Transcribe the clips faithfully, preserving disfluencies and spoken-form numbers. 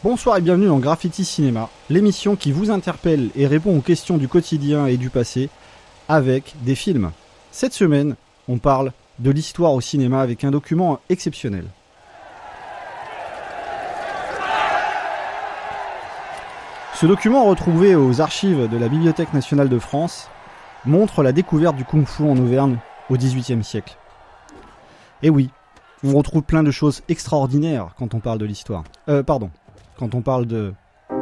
Bonsoir et bienvenue dans Graffiti Cinéma, l'émission qui vous interpelle et répond aux questions du quotidien et du passé avec des films. Cette semaine, on parle de l'histoire au cinéma avec un document exceptionnel. Ce document, retrouvé aux archives de la Bibliothèque nationale de France, montre la découverte du kung-fu en Auvergne au dix-huitième siècle. Et oui, on retrouve plein de choses extraordinaires quand on parle de l'histoire. Euh, pardon. Quand on parle de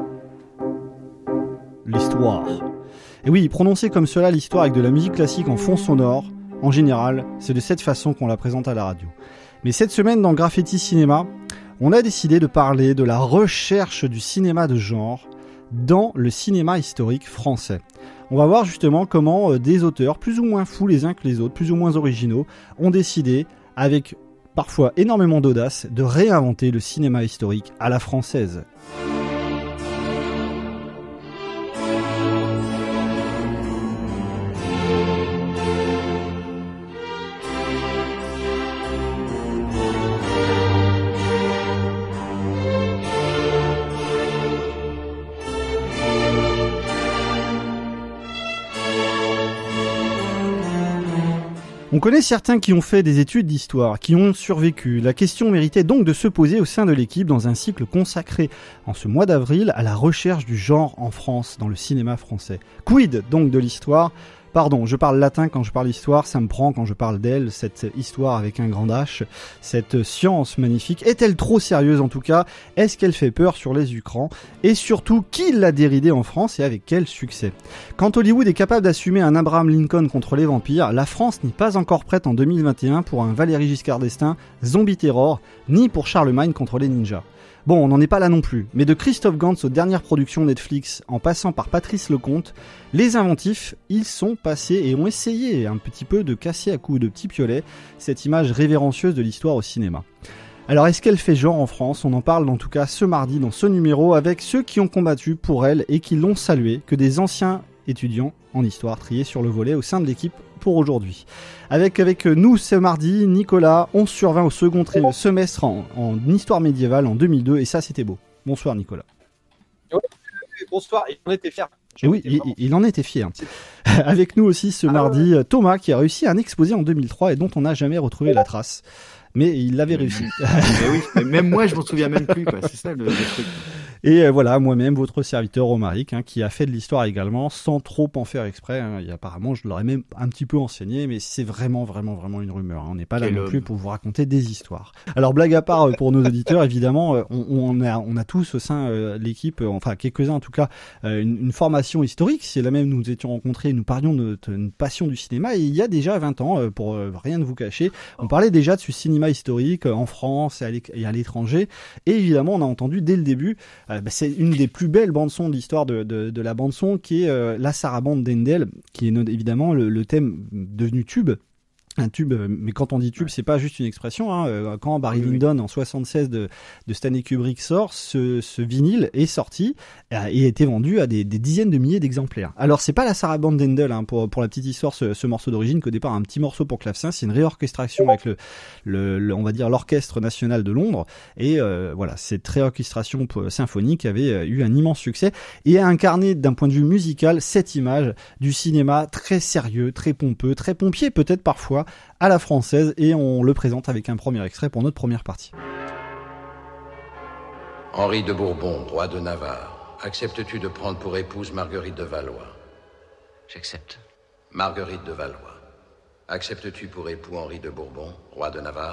l'histoire. Et oui, prononcer comme cela l'histoire avec de la musique classique en fond sonore, en général, c'est de cette façon qu'on la présente à la radio. Mais cette semaine, dans Graffiti Cinéma, on a décidé de parler de la recherche du cinéma de genre dans le cinéma historique français. On va voir justement comment des auteurs, plus ou moins fous les uns que les autres, plus ou moins originaux, ont décidé, avec parfois énormément d'audace, de réinventer le cinéma historique à la française. On connaît certains qui ont fait des études d'histoire, qui ont survécu. La question méritait donc de se poser au sein de l'équipe dans un cycle consacré en ce mois d'avril à la recherche du genre en France, dans le cinéma français. Quid donc de l'histoire ? Pardon, je parle latin quand je parle histoire, ça me prend quand je parle d'elle, cette histoire avec un grand H, cette science magnifique. Est-elle trop sérieuse en tout cas ? Est-ce qu'elle fait peur sur les écrans ? Et surtout, qui l'a déridée en France et avec quel succès ? Quand Hollywood est capable d'assumer un Abraham Lincoln contre les vampires, la France n'est pas encore prête en deux mille vingt et un pour un Valéry Giscard d'Estaing zombie terror, ni pour Charlemagne contre les ninjas. Bon, on n'en est pas là non plus, mais de Christophe Gans aux dernières productions Netflix, en passant par Patrice Lecomte, les inventifs, ils sont passés et ont essayé un petit peu de casser à coups de petits piolets cette image révérencieuse de l'histoire au cinéma. Alors est-ce qu'elle fait genre en France ? On en parle en tout cas ce mardi dans ce numéro avec ceux qui ont combattu pour elle et qui l'ont saluée, que des anciens étudiants en histoire triés sur le volet au sein de l'équipe pour aujourd'hui. Avec, avec nous ce mardi, Nicolas, onze sur vingt au second tri- semestre en, en histoire médiévale en deux mille deux, et ça c'était beau. Bonsoir Nicolas. Oui, bonsoir, il en était fier. Et oui, il, il en était fier. Avec nous aussi ce ah, mardi, ouais. Thomas qui a réussi un exposé en deux mille trois et dont on n'a jamais retrouvé la trace. Mais il l'avait réussi. Mais oui, mais même moi je m'en souviens même plus, quoi. C'est ça le, le truc. Et euh, voilà, moi-même, votre serviteur Romaric, hein, qui a fait de l'histoire également, sans trop en faire exprès. Hein. Et apparemment, je l'aurais même un petit peu enseigné, mais c'est vraiment, vraiment, vraiment une rumeur. Hein. On n'est pas là Quel non homme. plus pour vous raconter des histoires. Alors, blague à part, pour nos auditeurs, évidemment, on, on, a, on a tous au sein de euh, l'équipe, euh, enfin quelques-uns en tout cas, euh, une, une formation historique. C'est là même nous nous étions rencontrés, nous parlions de notre une passion du cinéma. Et il y a déjà vingt ans, euh, pour euh, rien de vous cacher, on parlait déjà de ce cinéma historique euh, en France et à l'étranger. Et évidemment, on a entendu dès le début... Euh, bah, c'est une des plus belles bandes-son de l'histoire de, de, de la bande-son qui est euh, la sarabande d'Handel, qui est évidemment le, le thème devenu tube. Un tube, mais quand on dit tube, c'est pas juste une expression. Hein. Quand Barry oui, Lyndon oui. en soixante-seize de, de Stanley Kubrick sort, ce, ce vinyle est sorti et a été vendu à des, des dizaines de milliers d'exemplaires. Alors c'est pas la sarabande d'Handel, hein, pour, pour la petite histoire, ce, ce morceau d'origine, qu'au départ un petit morceau pour clavecin, c'est une réorchestration avec le, le, le, on va dire l'orchestre national de Londres. Et euh, voilà, cette réorchestration symphonique avait eu un immense succès et a incarné d'un point de vue musical cette image du cinéma très sérieux, très pompeux, très pompier peut-être parfois, à la française, et on le présente avec un premier extrait pour notre première partie. Henri de Bourbon, roi de Navarre, acceptes-tu de prendre pour épouse Marguerite de Valois ? J'accepte. Marguerite de Valois, acceptes-tu pour époux Henri de Bourbon, roi de Navarre ?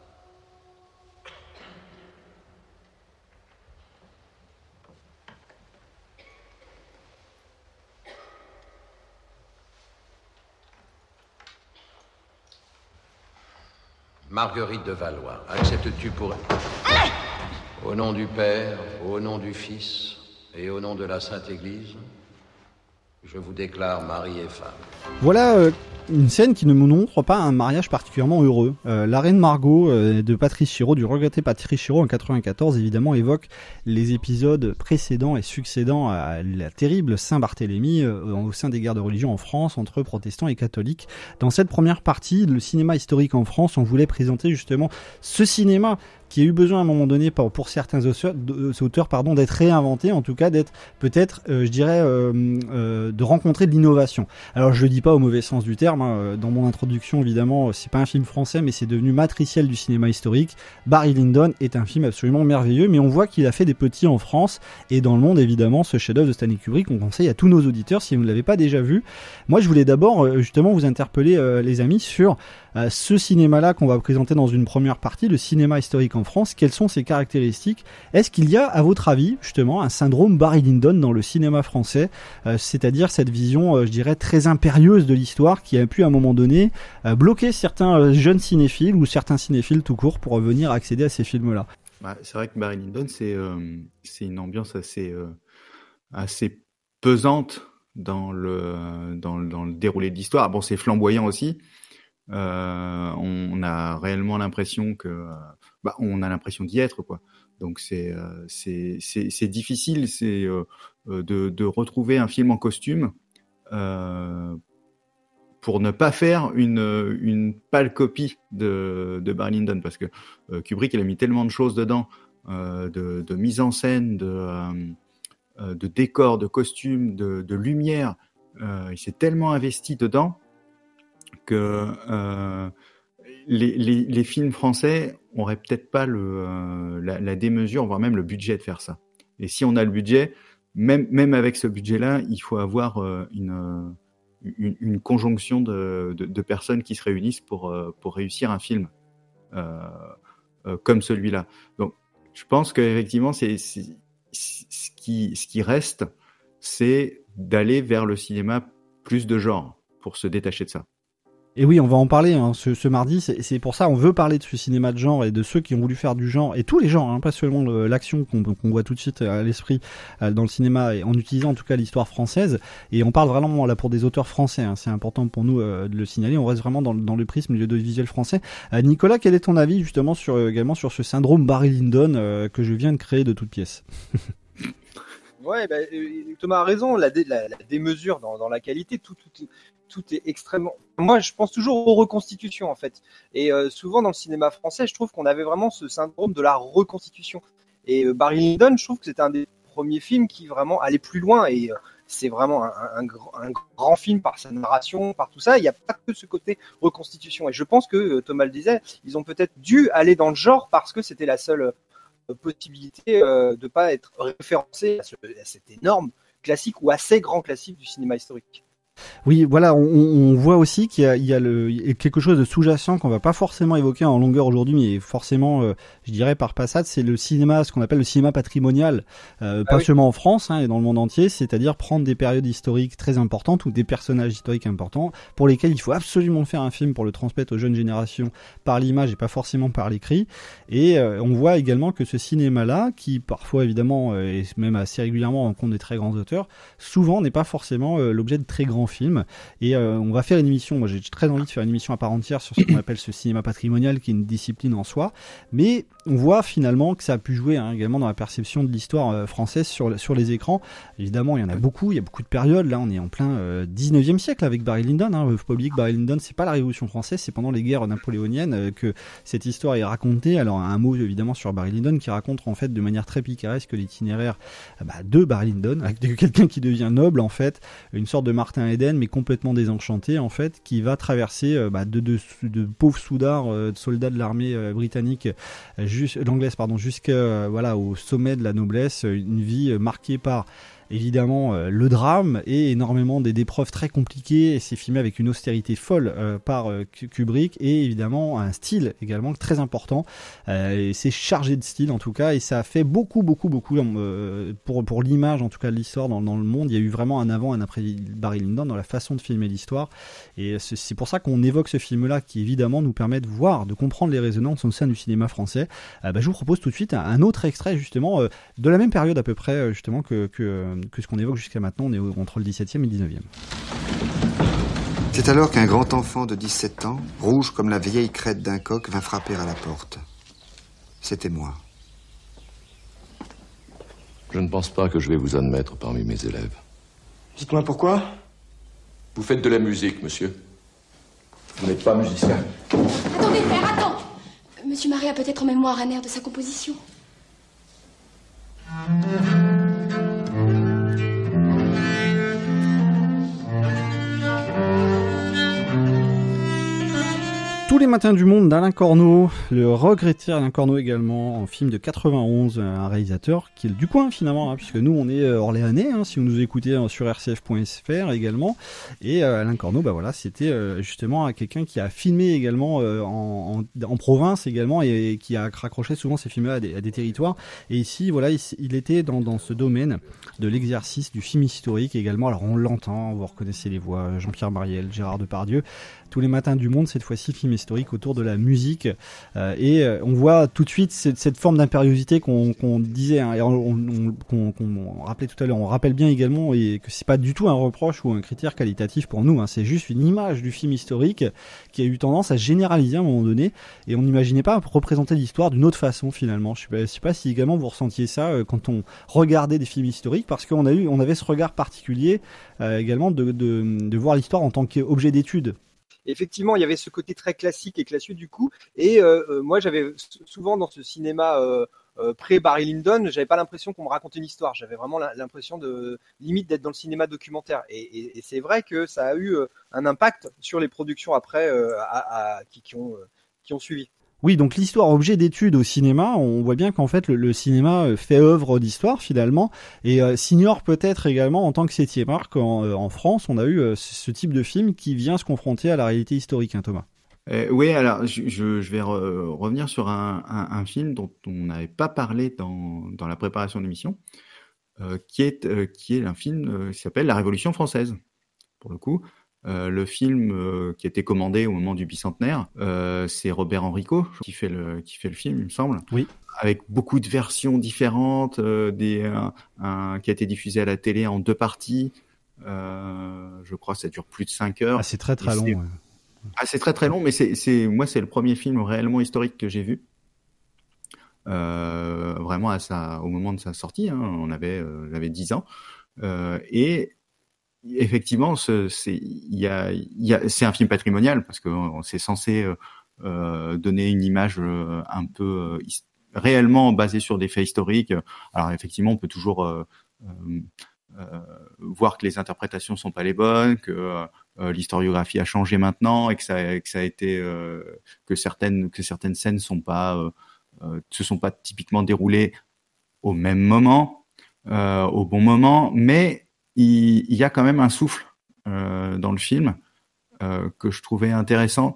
Marguerite de Valois, acceptes-tu pour... Au nom du Père, au nom du Fils et au nom de la Sainte Église, je vous déclare mari et femme. Voilà euh, une scène qui ne me montre pas un mariage particulièrement heureux. Euh, la reine Margot euh, de Patrice Chéreau, du regretté Patrice Chéreau en quatre-vingt-quatorze, évidemment évoque les épisodes précédents et succédant à la terrible Saint-Barthélemy euh, au sein des guerres de religion en France entre protestants et catholiques. Dans cette première partie, le cinéma historique en France, on voulait présenter justement ce cinéma qui a eu besoin à un moment donné pour, pour certains auteurs, auteurs pardon, d'être réinventé, en tout cas d'être peut-être, euh, je dirais, euh, euh, de rencontrer de l'innovation. Alors je le dis pas au mauvais sens du terme, hein. Dans mon introduction évidemment, c'est pas un film français, mais c'est devenu matriciel du cinéma historique. Barry Lyndon est un film absolument merveilleux, mais on voit qu'il a fait des petits en France et dans le monde évidemment. Ce chef-d'œuvre de Stanley Kubrick, on conseille à tous nos auditeurs si vous ne l'avez pas déjà vu. Moi je voulais d'abord euh, justement vous interpeller euh, les amis sur euh, ce cinéma-là qu'on va présenter dans une première partie, le cinéma historique en France. Quelles sont ses caractéristiques? Est-ce qu'il y a, à votre avis, justement, un syndrome Barry Lyndon dans le cinéma français, euh, c'est-à-dire cette vision, euh, je dirais, très impérieuse de l'histoire qui a pu à un moment donné euh, bloquer certains euh, jeunes cinéphiles ou certains cinéphiles tout court pour venir accéder à ces films-là? Bah, c'est vrai que Barry Lyndon, c'est euh, c'est une ambiance assez euh, assez pesante dans le dans, dans le déroulé de l'histoire. Bon, c'est flamboyant aussi. Euh, on, on a réellement l'impression que bah, on a l'impression d'y être, quoi. Donc c'est euh, c'est c'est c'est difficile, c'est euh, de de retrouver un film en costume euh, pour ne pas faire une une pâle copie de de Barry Lyndon, parce que euh, Kubrick, il a mis tellement de choses dedans, euh, de de mise en scène, de euh, de décors, de costumes, de de lumière. Euh, il s'est tellement investi dedans que euh, les, les, les films français auraient peut-être pas le, euh, la, la démesure, voire même le budget de faire ça. Et si on a le budget, même, même avec ce budget-là, il faut avoir euh, une, une, une conjonction de, de, de personnes qui se réunissent pour, euh, pour réussir un film euh, euh, comme celui-là. Donc, je pense qu'effectivement, c'est, c'est, ce, qui, ce qui reste, c'est d'aller vers le cinéma plus de genre pour se détacher de ça. Et oui, on va en parler hein, ce, ce mardi, c'est, c'est pour ça on veut parler de ce cinéma de genre et de ceux qui ont voulu faire du genre, et tous les genres, hein, pas seulement le, l'action qu'on, qu'on voit tout de suite à l'esprit euh, dans le cinéma, et en utilisant en tout cas l'histoire française, et on parle vraiment là pour des auteurs français, hein, c'est important pour nous euh, de le signaler, on reste vraiment dans, dans le prisme de l'audiovisuel français. Euh, Nicolas, quel est ton avis justement sur, euh, également sur ce syndrome Barry Lyndon euh, que je viens de créer de toutes pièces? Ouais, bah, Thomas a raison, la, dé, la, la démesure dans, dans la qualité, tout, tout, tout est extrêmement... Moi, je pense toujours aux reconstitutions, en fait. Et euh, souvent, dans le cinéma français, je trouve qu'on avait vraiment ce syndrome de la reconstitution. Et euh, Barry Lyndon, je trouve que c'était un des premiers films qui vraiment allait plus loin. Et euh, c'est vraiment un, un, un, un grand film par sa narration, par tout ça. Il n'y a pas que ce côté reconstitution. Et je pense que, euh, Thomas le disait, ils ont peut-être dû aller dans le genre parce que c'était la seule... possibilité euh, de pas être référencé à, ce, à cet énorme classique ou assez grand classique du cinéma historique. Oui, voilà, on, on voit aussi qu'il y a, il y a le, il y a quelque chose de sous-jacent qu'on va pas forcément évoquer en longueur aujourd'hui, mais forcément, euh, je dirais par passade, c'est le cinéma, ce qu'on appelle le cinéma patrimonial, euh, ah pas oui. seulement en France hein, et dans le monde entier, c'est-à-dire prendre des périodes historiques très importantes ou des personnages historiques importants pour lesquels il faut absolument faire un film pour le transmettre aux jeunes générations par l'image et pas forcément par l'écrit. Et euh, on voit également que ce cinéma-là, qui parfois évidemment euh, et même assez régulièrement rencontre des très grands auteurs, souvent n'est pas forcément euh, l'objet de très grands film. Et euh, on va faire une émission, moi j'ai très envie de faire une émission à part entière sur ce qu'on appelle ce cinéma patrimonial, qui est une discipline en soi, mais on voit finalement que ça a pu jouer hein, également dans la perception de l'histoire euh, française sur, sur les écrans. Évidemment il y en a beaucoup, il y a beaucoup de périodes, là on est en plein euh, dix-neuvième siècle avec Barry Lyndon, hein. Faut pas oublier que Barry Lyndon c'est pas la Révolution française, c'est pendant les guerres napoléoniennes euh, que cette histoire est racontée. Alors un mot évidemment sur Barry Lyndon qui raconte en fait de manière très picaresque l'itinéraire euh, bah, de Barry Lyndon, avec quelqu'un qui devient noble en fait, une sorte de Martin Eden mais complètement désenchanté en fait, qui va traverser euh, bah, de, de, de pauvres soudards, euh, de soldats de l'armée euh, britannique, euh, juste, l'anglaise pardon, jusqu'à euh, voilà au sommet de la noblesse, une vie euh, marquée par évidemment euh, le drame et énormément des, d'épreuves très compliquées, et c'est filmé avec une austérité folle euh, par euh, Kubrick, et évidemment un style également très important, euh, et c'est chargé de style en tout cas, et ça a fait beaucoup beaucoup beaucoup euh, pour, pour l'image en tout cas de l'histoire dans, dans le monde. Il y a eu vraiment un avant un après Barry Lyndon dans la façon de filmer l'histoire, et c'est, c'est pour ça qu'on évoque ce film là qui évidemment nous permet de voir, de comprendre les résonances au sein du cinéma français. Euh, bah, je vous propose tout de suite un, un autre extrait justement euh, de la même période à peu près justement que, que que ce qu'on évoque jusqu'à maintenant. On est entre le dix-septième et le dix-neuvième. C'est alors qu'un grand enfant de dix-sept ans, rouge comme la vieille crête d'un coq, vint frapper à la porte. C'était moi. Je ne pense pas que je vais vous admettre parmi mes élèves. Dites-moi pourquoi. Vous faites de la musique, monsieur. Vous n'êtes pas musicien. Attendez, père, attends. Monsieur Monsieur Marais a peut-être en mémoire un air de sa composition. Tous les matins du monde d'Alain Corneau, le regretté Alain Corneau également, en film de quatre-vingt-onze, un réalisateur qui est du coin finalement, hein, puisque nous on est orléanais, hein, si vous nous écoutez hein, sur r c f point f r également, et euh, Alain Corneau, bah voilà, c'était euh, justement quelqu'un qui a filmé également euh, en, en, en province également, et, et qui a raccroché souvent ses films à des, à des territoires, et ici voilà, il, il était dans, dans ce domaine de l'exercice du film historique également. Alors on l'entend, vous reconnaissez les voix, Jean-Pierre Mariel, Gérard Depardieu, tous les matins du monde, cette fois-ci film historique autour de la musique, euh, et euh, on voit tout de suite cette, cette forme d'impériosité qu'on, qu'on disait, hein, et on, on, qu'on, qu'on rappelait tout à l'heure. On rappelle bien également et que c'est pas du tout un reproche ou un critère qualitatif pour nous, hein, c'est juste une image du film historique qui a eu tendance à généraliser à un moment donné, et on n'imaginait pas représenter l'histoire d'une autre façon finalement. Je sais pas, je sais pas si également vous ressentiez ça euh, quand on regardait des films historiques, parce qu'on a eu, on avait ce regard particulier euh, également de, de, de voir l'histoire en tant qu'objet d'étude. Effectivement, il y avait ce côté très classique et classieux du coup. Et euh, moi, j'avais souvent dans ce cinéma euh, euh, pré-Barry Lyndon, j'avais pas l'impression qu'on me racontait une histoire. J'avais vraiment l'impression de limite d'être dans le cinéma documentaire. Et, et, et c'est vrai que ça a eu euh, un impact sur les productions après euh, à, à, qui, qui, ont, euh, qui ont suivi. Oui, donc l'histoire objet d'étude au cinéma, on voit bien qu'en fait le, le cinéma fait œuvre d'histoire finalement, et euh, s'ignore peut-être également en tant que septième art qu'en euh, en France on a eu euh, ce type de film qui vient se confronter à la réalité historique, hein, Thomas. Euh, oui, alors je, je, je vais re- revenir sur un, un, un film dont on n'avait pas parlé dans, dans la préparation de l'émission, euh, qui est euh, qui est un film euh, qui s'appelle La Révolution française, pour le coup. Euh, le film euh, qui a été commandé au moment du bicentenaire, euh, c'est Robert Enrico qui fait le qui fait le film, il me semble. Oui. Avec beaucoup de versions différentes, euh, des un, un qui a été diffusé à la télé en deux parties. Euh, je crois que ça dure plus de cinq heures. Ah, c'est très très long. C'est... Ouais. Ah, c'est très très long, mais c'est c'est moi c'est le premier film réellement historique que j'ai vu. Euh, vraiment à sa au moment de sa sortie, hein, on avait euh, j'avais dix ans euh, et effectivement, ce, c'est, il y a, il y a, c'est un film patrimonial parce que c'est censé euh, donner une image euh, un peu euh, réellement basée sur des faits historiques. Alors effectivement, on peut toujours euh, euh, voir que les interprétations sont pas les bonnes, que euh, l'historiographie a changé maintenant et que ça, que ça a été, euh, que certaines, que certaines scènes sont pas, euh, euh, se sont pas typiquement déroulées au même moment, euh, au bon moment, mais il, il y a quand même un souffle euh, dans le film euh, que je trouvais intéressant.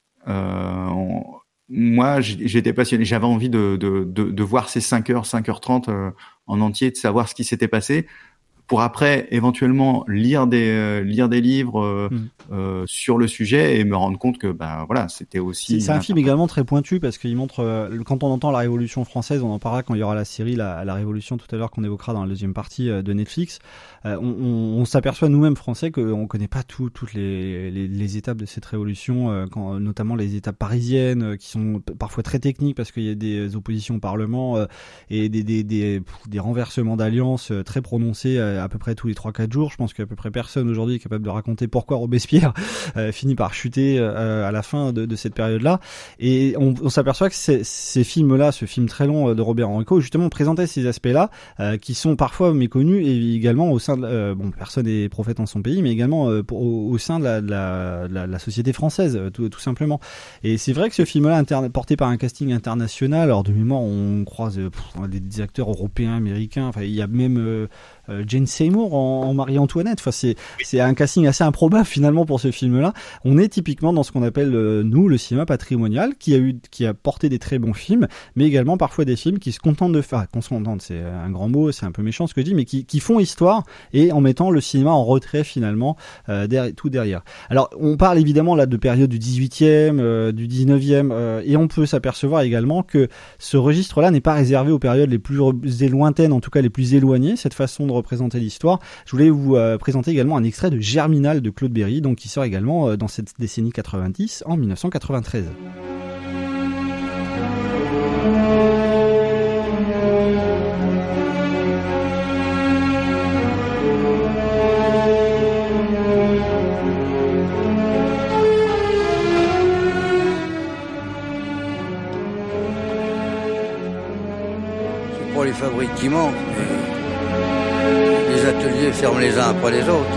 Euh, on, moi, j'étais passionné, j'avais envie de, de, de, de voir ces cinq heures, cinq heures trente euh, en entier, de savoir ce qui s'était passé, pour après éventuellement lire des euh, lire des livres euh, mmh. euh, sur le sujet et me rendre compte que bah voilà, c'était aussi c'est, c'est un film également très pointu parce qu'il montre euh, quand on entend la Révolution française, on en parlera quand il y aura la série la, la Révolution tout à l'heure qu'on évoquera dans la deuxième partie euh, de Netflix. Euh, on, on, on s'aperçoit nous-mêmes français qu'on connaît pas tout, toutes les, les, les étapes de cette révolution, euh, quand, notamment les étapes parisiennes euh, qui sont p- parfois très techniques parce qu'il y a des oppositions au Parlement euh, et des, des, des, des renversements d'alliances euh, très prononcés euh, à peu près tous les trois quatre jours. Je pense qu'à peu près personne aujourd'hui est capable de raconter pourquoi Robespierre euh, finit par chuter euh, à la fin de, de cette période-là. Et on, on s'aperçoit que ces, ces films-là, ce film très long de Robert Enrico, justement présentait ces aspects-là euh, qui sont parfois méconnus et également au sein de, euh, bon, personne n'est prophète en son pays, mais également euh, pour, au, au sein de la, de la, de la, de la société française, tout, tout simplement. Et c'est vrai que ce film-là, inter- porté par un casting international, alors de mémoire, on croise euh, pff, des, des acteurs européens, américains, enfin il y a même euh, Euh, Jane Seymour en, en Marie-Antoinette. Enfin, c'est c'est un casting assez improbable finalement pour ce film-là. On est typiquement dans ce qu'on appelle euh, nous le cinéma patrimonial, qui a eu, qui a porté des très bons films, mais également parfois des films qui se contentent de faire, qu'on se contente, c'est un grand mot, c'est un peu méchant ce que je dis, mais qui qui font histoire et en mettant le cinéma en retrait finalement, euh, derrière, tout derrière. Alors, on parle évidemment là de période du dix-huitième, euh, du dix-neuvième, euh, et on peut s'apercevoir également que ce registre-là n'est pas réservé aux périodes les plus lointaines, en tout cas les plus éloignées. Cette façon de représenter l'histoire. Je voulais vous euh, présenter également un extrait de Germinal de Claude Berry, donc qui sort également euh, dans cette décennie quatre-vingt-dix en dix-neuf cent quatre-vingt-treize. qui manque. Mais les ateliers ferment les uns après les autres.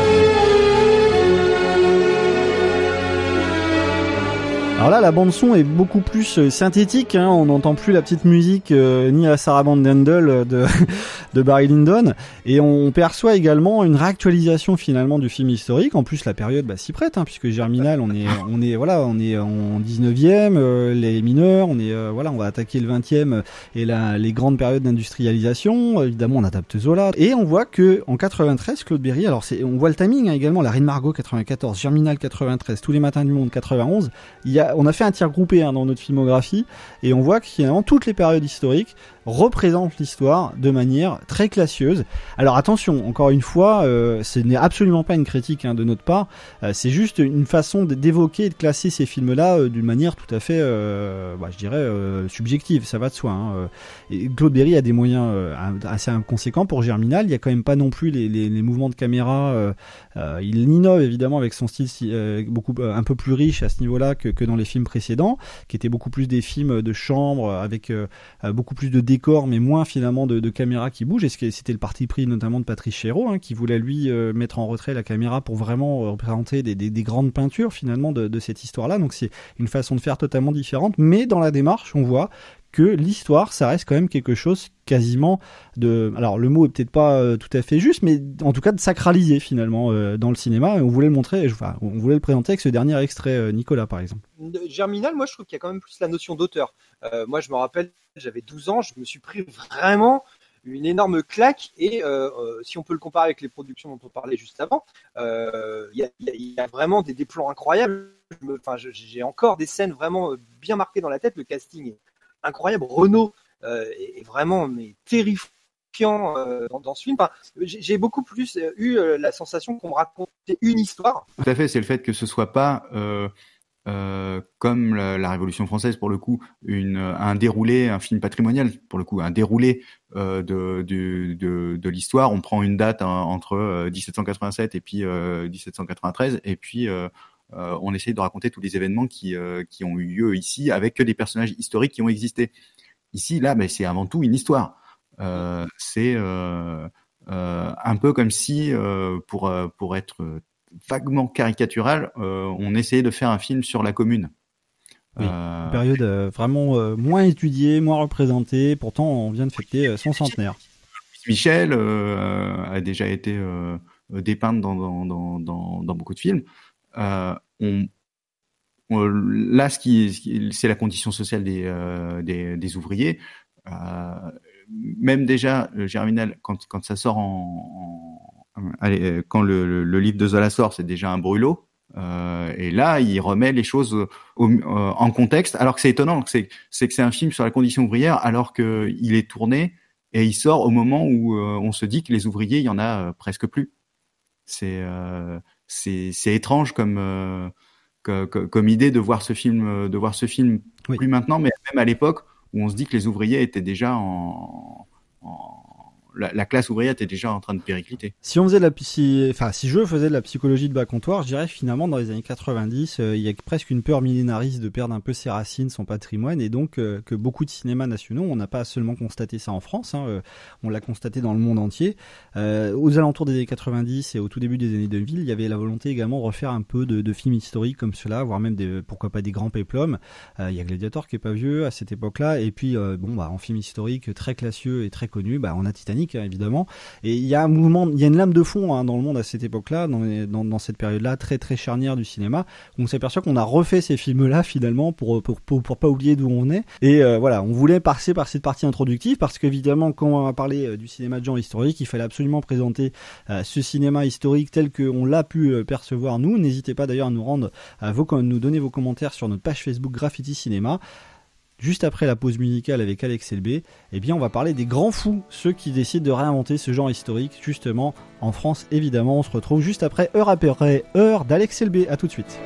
Alors là, la bande-son est beaucoup plus euh, synthétique, hein, on n'entend plus la petite musique euh, ni la sarabande d'Handel de, de Barry Lyndon, et on perçoit également une réactualisation finalement du film historique. En plus, la période bah, s'y prête, hein, puisque Germinal, on est, on est, voilà, on est en dix-neuvième, euh, les mineurs, on est, euh, voilà, on va attaquer le vingtième et la, les grandes périodes d'industrialisation. Évidemment, on adapte Zola, et on voit que en quatre-vingt-treize, Claude Berry, alors c'est, on voit le timing hein, également, la Reine Margot quatre-vingt-quatorze, Germinal quatre-vingt-treize, Tous les matins du monde quatre-vingt-onze. Il y a on a fait un tir groupé hein, dans notre filmographie et on voit que finalement toutes les périodes historiques représentent l'histoire de manière très classieuse. Alors attention, encore une fois, euh, ce n'est absolument pas une critique hein, de notre part, euh, c'est juste une façon d'évoquer et de classer ces films-là euh, d'une manière tout à fait, euh, bah, je dirais, euh, subjective, ça va de soi. Hein. Et Claude Berry a des moyens euh, assez conséquents pour Germinal, il n'y a quand même pas non plus les, les, les mouvements de caméra, euh, euh, il innove évidemment avec son style euh, beaucoup euh, un peu plus riche à ce niveau-là que, que dans les films précédents, qui étaient beaucoup plus des films de chambre avec euh, beaucoup plus de décors mais moins finalement de, de caméras qui bougent, et c'était le parti pris notamment de Patrice Chéreau hein, qui voulait lui euh, mettre en retrait la caméra pour vraiment euh, représenter des, des, des grandes peintures finalement de, de cette histoire-là. Donc c'est une façon de faire totalement différente, mais dans la démarche on voit que l'histoire, ça reste quand même quelque chose quasiment de... Alors le mot est peut-être pas euh, tout à fait juste, mais en tout cas de sacraliser finalement euh, dans le cinéma, et on voulait le montrer, enfin on voulait le présenter avec ce dernier extrait, euh, Nicolas par exemple. Germinal, moi je trouve qu'il y a quand même plus la notion d'auteur. Euh, moi je me rappelle, j'avais douze ans, je me suis pris vraiment une énorme claque, et euh, euh, si on peut le comparer avec les productions dont on parlait juste avant, il euh, y, y, y a vraiment des, des plans incroyables. Enfin, j'ai encore des scènes vraiment bien marquées dans la tête, le casting est incroyable. Renaud euh, est vraiment mais terrifiant euh, dans, dans ce film. Enfin, j'ai, j'ai beaucoup plus euh, eu euh, la sensation qu'on me racontait une histoire. Tout à fait, c'est le fait que ce soit pas euh, euh, comme la, la Révolution française pour le coup, une, un déroulé, un film patrimonial pour le coup, un déroulé euh, de, de, de, de l'histoire. On prend une date hein, entre euh, dix-sept cent quatre-vingt-sept et puis euh, dix-sept cent quatre-vingt-treize, et puis euh, Euh, on essaye de raconter tous les événements qui, euh, qui ont eu lieu ici avec que des personnages historiques qui ont existé. Ici, là, ben, c'est avant tout une histoire. Euh, c'est euh, euh, un peu comme si, euh, pour, pour être vaguement caricatural, euh, on essayait de faire un film sur la Commune. Oui, euh... une période euh, vraiment euh, moins étudiée, moins représentée. Pourtant, on vient de fêter euh, son centenaire. Michel euh, a déjà été euh, dépeinte dans, dans, dans, dans, dans beaucoup de films. Euh, on, on, là, ce qui, ce qui, c'est la condition sociale des, euh, des, des ouvriers. Euh, même déjà, Germinal, quand, quand ça sort en, en allez, quand le, le, le livre de Zola sort, c'est déjà un brûlot. Euh, et là, il remet les choses au, euh, en contexte. Alors que c'est étonnant, c'est, c'est que c'est un film sur la condition ouvrière, alors que il est tourné et il sort au moment où euh, on se dit que les ouvriers, il y en a euh, presque plus. C'est euh, C'est, c'est étrange comme, euh, que, que, comme idée de voir ce film, de voir ce film oui. Plus maintenant, mais même à l'époque où on se dit que les ouvriers étaient déjà en, en la, la classe ouvrière était déjà en train de péricliter. Si on faisait de la psy... enfin, si je faisais de la psychologie de bas comptoir, je dirais que finalement dans les années quatre-vingt-dix, euh, il y a presque une peur millénariste de perdre un peu ses racines, son patrimoine, et donc euh, que beaucoup de cinémas nationaux, on n'a pas seulement constaté ça en France, hein, euh, on l'a constaté dans le monde entier. Euh, aux alentours des années quatre-vingt-dix et au tout début des années deux mille, il y avait la volonté également de refaire un peu de, de films historiques comme cela, voire même des, pourquoi pas des grands péplums. Euh, il y a Gladiator qui est pas vieux à cette époque-là, et puis euh, bon bah en film historique très classieux et très connu, bah on a Titanic hein, évidemment. Et il y a un mouvement, il y a une lame de fond hein, dans le monde à cette époque-là, dans, les, dans, dans cette période-là très très charnière du cinéma, où on s'aperçoit qu'on a refait ces films-là finalement pour pour pour, pour pas oublier d'où on venait. Et euh, voilà, on voulait passer par cette partie introductive parce qu'évidemment quand on va parler euh, du cinéma de genre historique, il fallait absolument présenter euh, ce cinéma historique tel qu'on l'a pu euh, percevoir nous. N'hésitez pas d'ailleurs à nous rendre, à vos, nous donner vos commentaires sur notre page Facebook Graffiti Cinéma. Juste après la pause musicale avec Alex Elbé, eh bien on va parler des grands fous, ceux qui décident de réinventer ce genre historique, justement en France évidemment. On se retrouve juste après, heure après heure d'Alex Elbé. À tout de suite.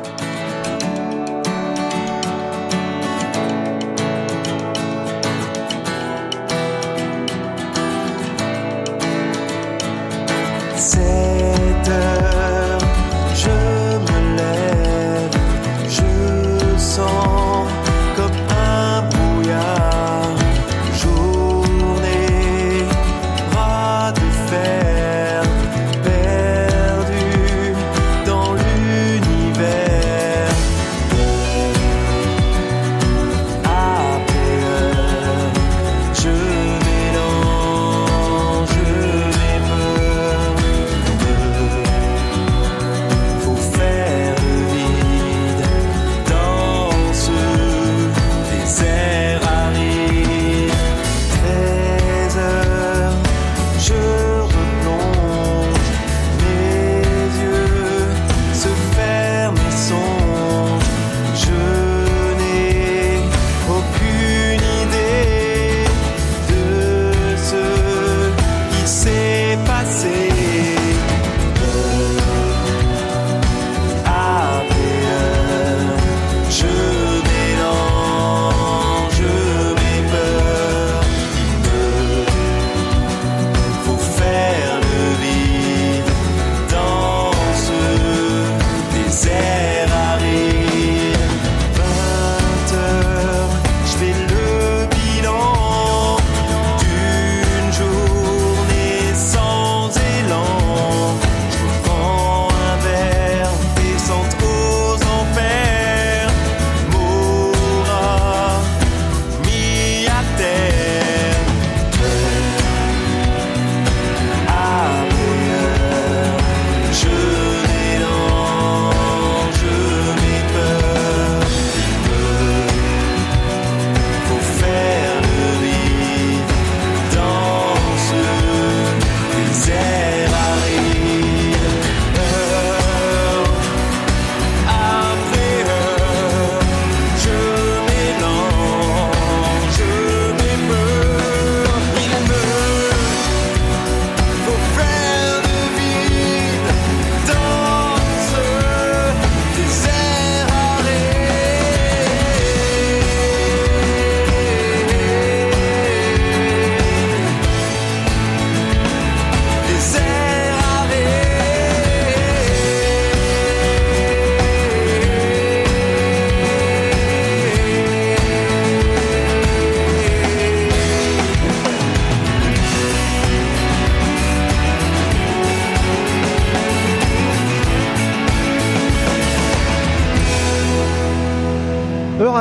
Cette heure, je me lève, je sens comme un brouillard, journée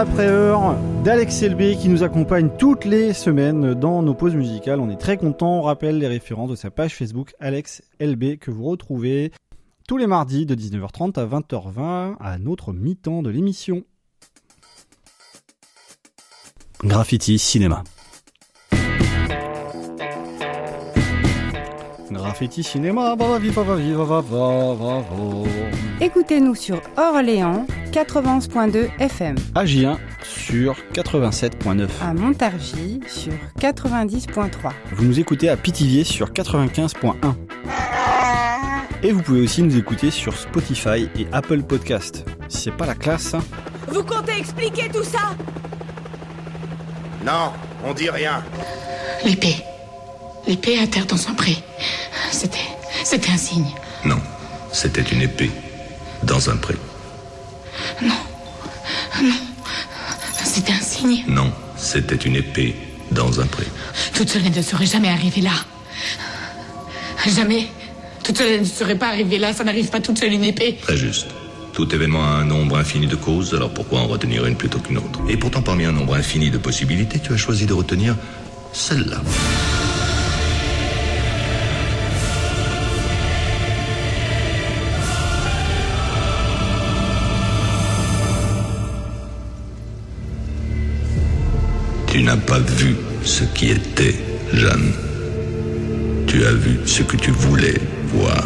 après heure d'Alex L B qui nous accompagne toutes les semaines dans nos pauses musicales. On est très content. On rappelle les références de sa page Facebook Alex L B que vous retrouvez tous les mardis de dix-neuf heures trente à vingt heures vingt à notre mi-temps de l'émission. Graffiti Cinéma. Graffiti Cinéma, va viva va viva va va va va. Écoutez-nous sur Orléans quatre-vingt-onze point deux F M. À Gien sur quatre-vingt-sept point neuf. À Montargis sur quatre-vingt-dix point trois. Vous nous écoutez à Pithiviers sur quatre-vingt-quinze point un. Et vous pouvez aussi nous écouter sur Spotify et Apple Podcast. C'est pas la classe, hein? Vous comptez expliquer tout ça? Non, on dit rien. L'épée. L'épée à terre dans un pré. C'était... c'était un signe. Non, c'était une épée dans un pré. Non. Non. C'était un signe. Non, c'était une épée dans un pré. Toute cela ne serait jamais arrivé là. Jamais. Toute cela ne serait pas arrivé là. Ça n'arrive pas toute seule une épée. Très juste. Tout événement a un nombre infini de causes, alors pourquoi en retenir une plutôt qu'une autre? Et pourtant, parmi un nombre infini de possibilités, tu as choisi de retenir celle-là. Tu n'as pas vu ce qui était, Jeanne. Tu as vu ce que tu voulais voir.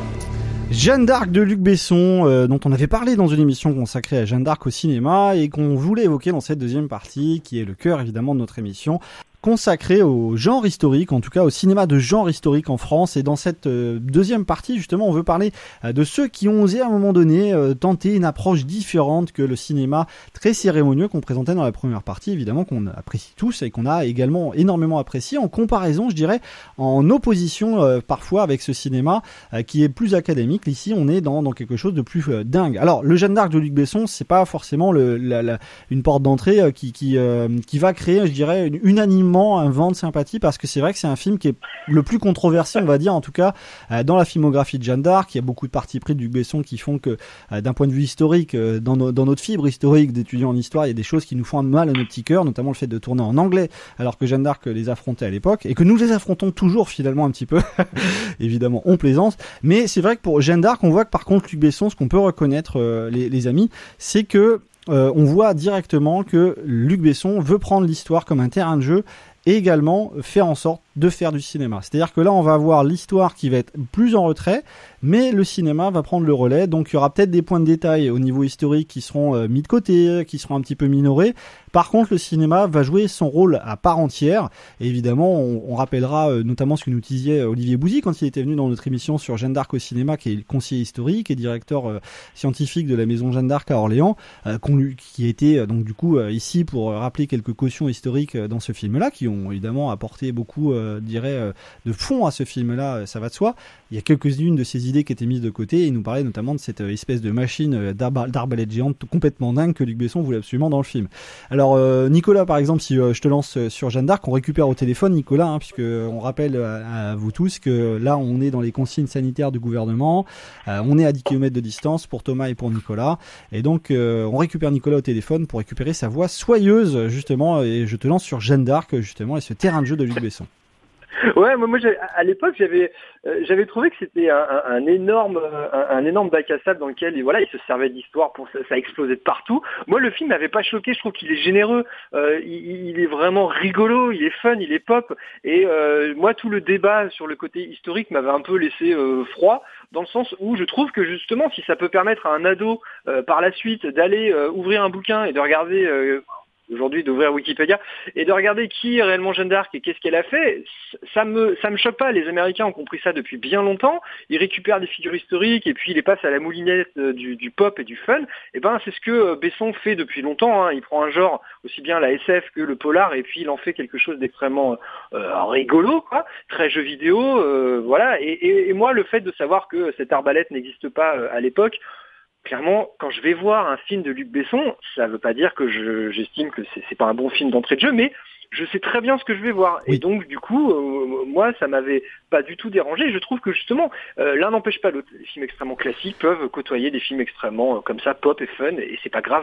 Jeanne d'Arc de Luc Besson, euh, dont on avait parlé dans une émission consacrée à Jeanne d'Arc au cinéma et qu'on voulait évoquer dans cette deuxième partie, qui est le cœur évidemment de notre émission, consacrée au genre historique, en tout cas au cinéma de genre historique en France. Et dans cette euh, deuxième partie, justement, on veut parler euh, de ceux qui ont osé à un moment donné euh, tenter une approche différente que le cinéma très cérémonieux qu'on présentait dans la première partie, évidemment qu'on apprécie tous et qu'on a également énormément apprécié, en comparaison, je dirais, en opposition euh, parfois avec ce cinéma euh, qui est plus académique. Ici, on est dans, dans quelque chose de plus euh, dingue. Alors, le Jeanne d'Arc de Luc Besson, c'est pas forcément le, la, la, une porte d'entrée euh, qui, qui, euh, qui va créer, je dirais, une, unanimement un vent de sympathie, parce que c'est vrai que c'est un film qui est le plus controversé, on va dire, en tout cas euh, dans la filmographie de Jeanne d'Arc. Il y a beaucoup de partis pris de Luc Besson qui font que euh, d'un point de vue historique, euh, dans, no, dans notre fibre historique d'étudiants en histoire, il y a des choses qui nous font mal à nos petits cœurs, notamment le fait de tourner en anglais alors que Jeanne d'Arc les affrontait à l'époque et que nous les affrontons toujours finalement un petit peu. Évidemment on plaisante, mais c'est vrai que pour Jeanne d'Arc on voit que par contre Luc Besson, ce qu'on peut reconnaître euh, les, les amis, c'est que euh, on voit directement que Luc Besson veut prendre l'histoire comme un terrain de jeu et également faire en sorte de faire du cinéma. C'est-à-dire que là, on va avoir l'histoire qui va être plus en retrait, mais le cinéma va prendre le relais. Donc, il y aura peut-être des points de détail au niveau historique qui seront euh, mis de côté, qui seront un petit peu minorés. Par contre, le cinéma va jouer son rôle à part entière. Et évidemment, on, on rappellera euh, notamment ce que nous disait Olivier Bouzy quand il était venu dans notre émission sur Jeanne d'Arc au cinéma, qui est conseiller historique et directeur euh, scientifique de la maison Jeanne d'Arc à Orléans, euh, qui était euh, donc du coup euh, ici pour rappeler quelques cautions historiques euh, dans ce film-là, qui ont évidemment apporté beaucoup euh, dirais euh, de fond à ce film-là, euh, ça va de soi. Il y a quelques-unes de ces idées qui étaient mises de côté, et il nous parlait notamment de cette euh, espèce de machine euh, d'arba- d'arbalète géante complètement dingue que Luc Besson voulait absolument dans le film. Alors euh, Nicolas, par exemple, si euh, je te lance euh, sur Jeanne d'Arc, on récupère au téléphone Nicolas, hein, puisque euh, on rappelle à, à vous tous que là on est dans les consignes sanitaires du gouvernement, euh, on est à dix kilomètres de distance pour Thomas et pour Nicolas, et donc euh, on récupère Nicolas au téléphone pour récupérer sa voix soyeuse justement, et je te lance sur Jeanne d'Arc justement et ce terrain de jeu de Luc Besson. Ouais, moi, moi à l'époque, j'avais, euh, j'avais trouvé que c'était un, un, un énorme, un, un énorme bac à sable dans lequel, et voilà, il se servait d'histoire pour ça, ça explosait de partout. Moi, le film m'avait pas choqué. Je trouve qu'il est généreux, euh, il, il est vraiment rigolo, il est fun, il est pop. Et euh, moi, tout le débat sur le côté historique m'avait un peu laissé euh, froid, dans le sens où je trouve que justement, si ça peut permettre à un ado euh, par la suite d'aller euh, ouvrir un bouquin et de regarder. Euh, aujourd'hui d'ouvrir Wikipédia et de regarder qui est réellement Jeanne d'Arc et qu'est-ce qu'elle a fait, ça me ça me choque pas. Les Américains ont compris ça depuis bien longtemps. Ils récupèrent des figures historiques et puis ils les passent à la moulinette du, du pop et du fun. Et ben c'est ce que Besson fait depuis longtemps. Hein. Il prend un genre aussi bien la S F que le polar et puis il en fait quelque chose d'extrêmement euh, rigolo, quoi, très jeu vidéo, euh, voilà. Et, et, et moi le fait de savoir que cette arbalète n'existe pas euh, à l'époque. Clairement, quand je vais voir un film de Luc Besson, ça ne veut pas dire que je, j'estime que c'est, c'est pas un bon film d'entrée de jeu, mais je sais très bien ce que je vais voir. Oui. Et donc, du coup, euh, moi, ça m'avait pas du tout dérangé. Je trouve que justement, euh, l'un n'empêche pas l'autre. Les films extrêmement classiques peuvent côtoyer des films extrêmement euh, comme ça, pop et fun, et c'est pas grave.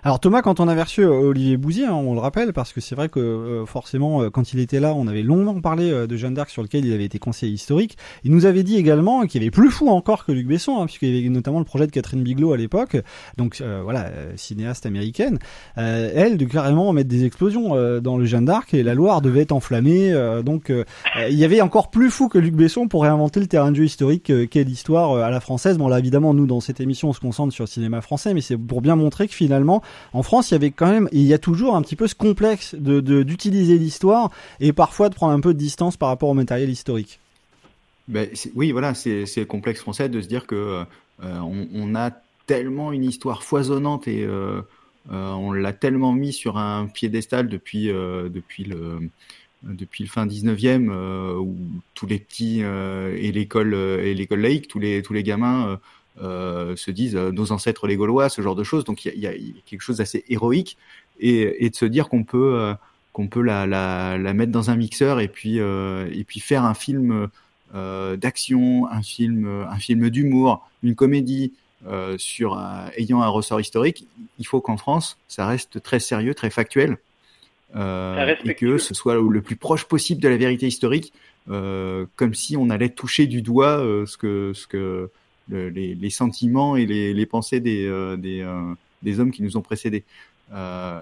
Alors Thomas, quand on avait reçu Olivier Bouzier, hein, on le rappelle, parce que c'est vrai que euh, forcément, euh, quand il était là, on avait longuement parlé euh, de Jeanne d'Arc, sur lequel il avait été conseiller historique. Il nous avait dit également qu'il y avait plus fou encore que Luc Besson, hein, puisqu'il y avait notamment le projet de Catherine Bigelow à l'époque, donc euh, voilà, euh, cinéaste américaine, euh, elle de carrément mettre des explosions euh, dans le Jeanne d'Arc, et la Loire devait être enflammée, euh, donc euh, il y avait encore plus fou que Luc Besson pour réinventer le terrain de jeu historique euh, qu'est l'histoire euh, à la française. Bon là évidemment, nous dans cette émission on se concentre sur le cinéma français, mais c'est pour bien montrer que finalement en France, il y avait quand même, et il y a toujours un petit peu ce complexe de, de d'utiliser l'histoire et parfois de prendre un peu de distance par rapport au matériel historique. Ben, c'est, oui, voilà, c'est, c'est le complexe français de se dire que euh, on, on a tellement une histoire foisonnante et euh, euh, on l'a tellement mis sur un piédestal depuis euh, depuis le depuis le fin dix-neuvième euh, où tous les petits euh, et l'école et l'école laïque, tous les tous les gamins euh, Euh, se disent euh, nos ancêtres les Gaulois, ce genre de choses. Donc il y a, y a quelque chose d'assez héroïque et, et de se dire qu'on peut euh, qu'on peut la, la, la mettre dans un mixeur et puis euh, et puis faire un film euh, d'action, un film un film d'humour, une comédie euh, sur euh, ayant un ressort historique. Il faut qu'en France ça reste très sérieux, très factuel euh, et que ce soit le plus proche possible de la vérité historique, euh, comme si on allait toucher du doigt euh, ce que ce que Le, les, les sentiments et les, les pensées des, euh, des, euh, des hommes qui nous ont précédés. Euh,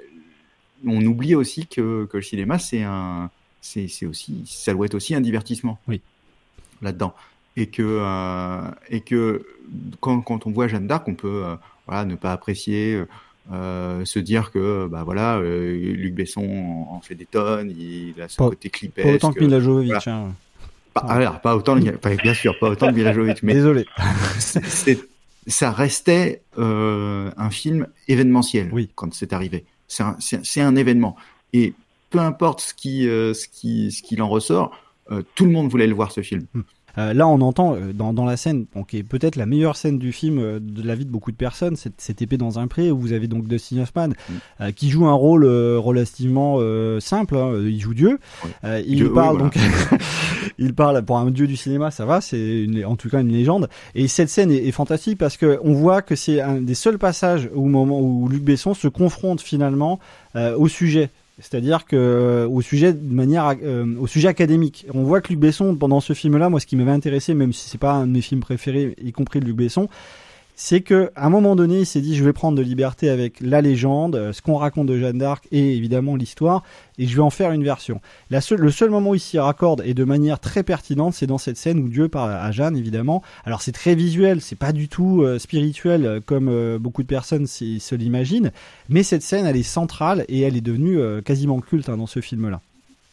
on oublie aussi que, que le cinéma, c'est un, c'est, c'est aussi, ça doit être aussi un divertissement. Oui. Là-dedans. Et que, euh, et que quand, quand on voit Jeanne d'Arc, on peut euh, voilà, ne pas apprécier, euh, se dire que bah voilà, euh, Luc Besson en, en fait des tonnes, il a ce pas, côté clipesque. Pas autant que Mila Jovovich. Voilà. Hein. Pas, alors, pas autant, pas, bien sûr, pas autant que Mila Jovovich, mais désolé. c'est, c'est, ça restait euh, un film événementiel oui. quand c'est arrivé. C'est un, c'est, c'est un événement, et peu importe ce qui, euh, ce qui, ce qu'il en ressort, euh, tout le monde voulait le voir ce film. Hum. Euh, là, on entend euh, dans, dans la scène, donc, qui est peut-être la meilleure scène du film, euh, de la vie de beaucoup de personnes, cette, cette épée dans un pré, où vous avez donc Dustin Hoffman, mmh. euh, qui joue un rôle euh, relativement euh, simple, hein, il joue Dieu, ouais. euh, il Dieu, parle oui, voilà. donc, il parle pour un dieu du cinéma, ça va, c'est une, en tout cas une légende, et cette scène est, est fantastique parce que on voit que c'est un des seuls passages au moment où Luc Besson se confronte finalement euh, au sujet. C'est-à-dire que au sujet de manière euh, au sujet académique, on voit que Luc Besson pendant ce film-là, moi ce qui m'avait intéressé, même si c'est pas un de mes films préférés, y compris de Luc Besson, c'est que à un moment donné, il s'est dit je vais prendre de liberté avec la légende, ce qu'on raconte de Jeanne d'Arc et évidemment l'histoire, et je vais en faire une version. La seule, le seul moment où il s'y raccorde et de manière très pertinente, c'est dans cette scène où Dieu parle à Jeanne, évidemment. Alors c'est très visuel, c'est pas du tout euh, spirituel euh, comme euh, beaucoup de personnes s'y, se l'imaginent, mais cette scène elle est centrale et elle est devenue euh, quasiment culte hein, dans ce film-là.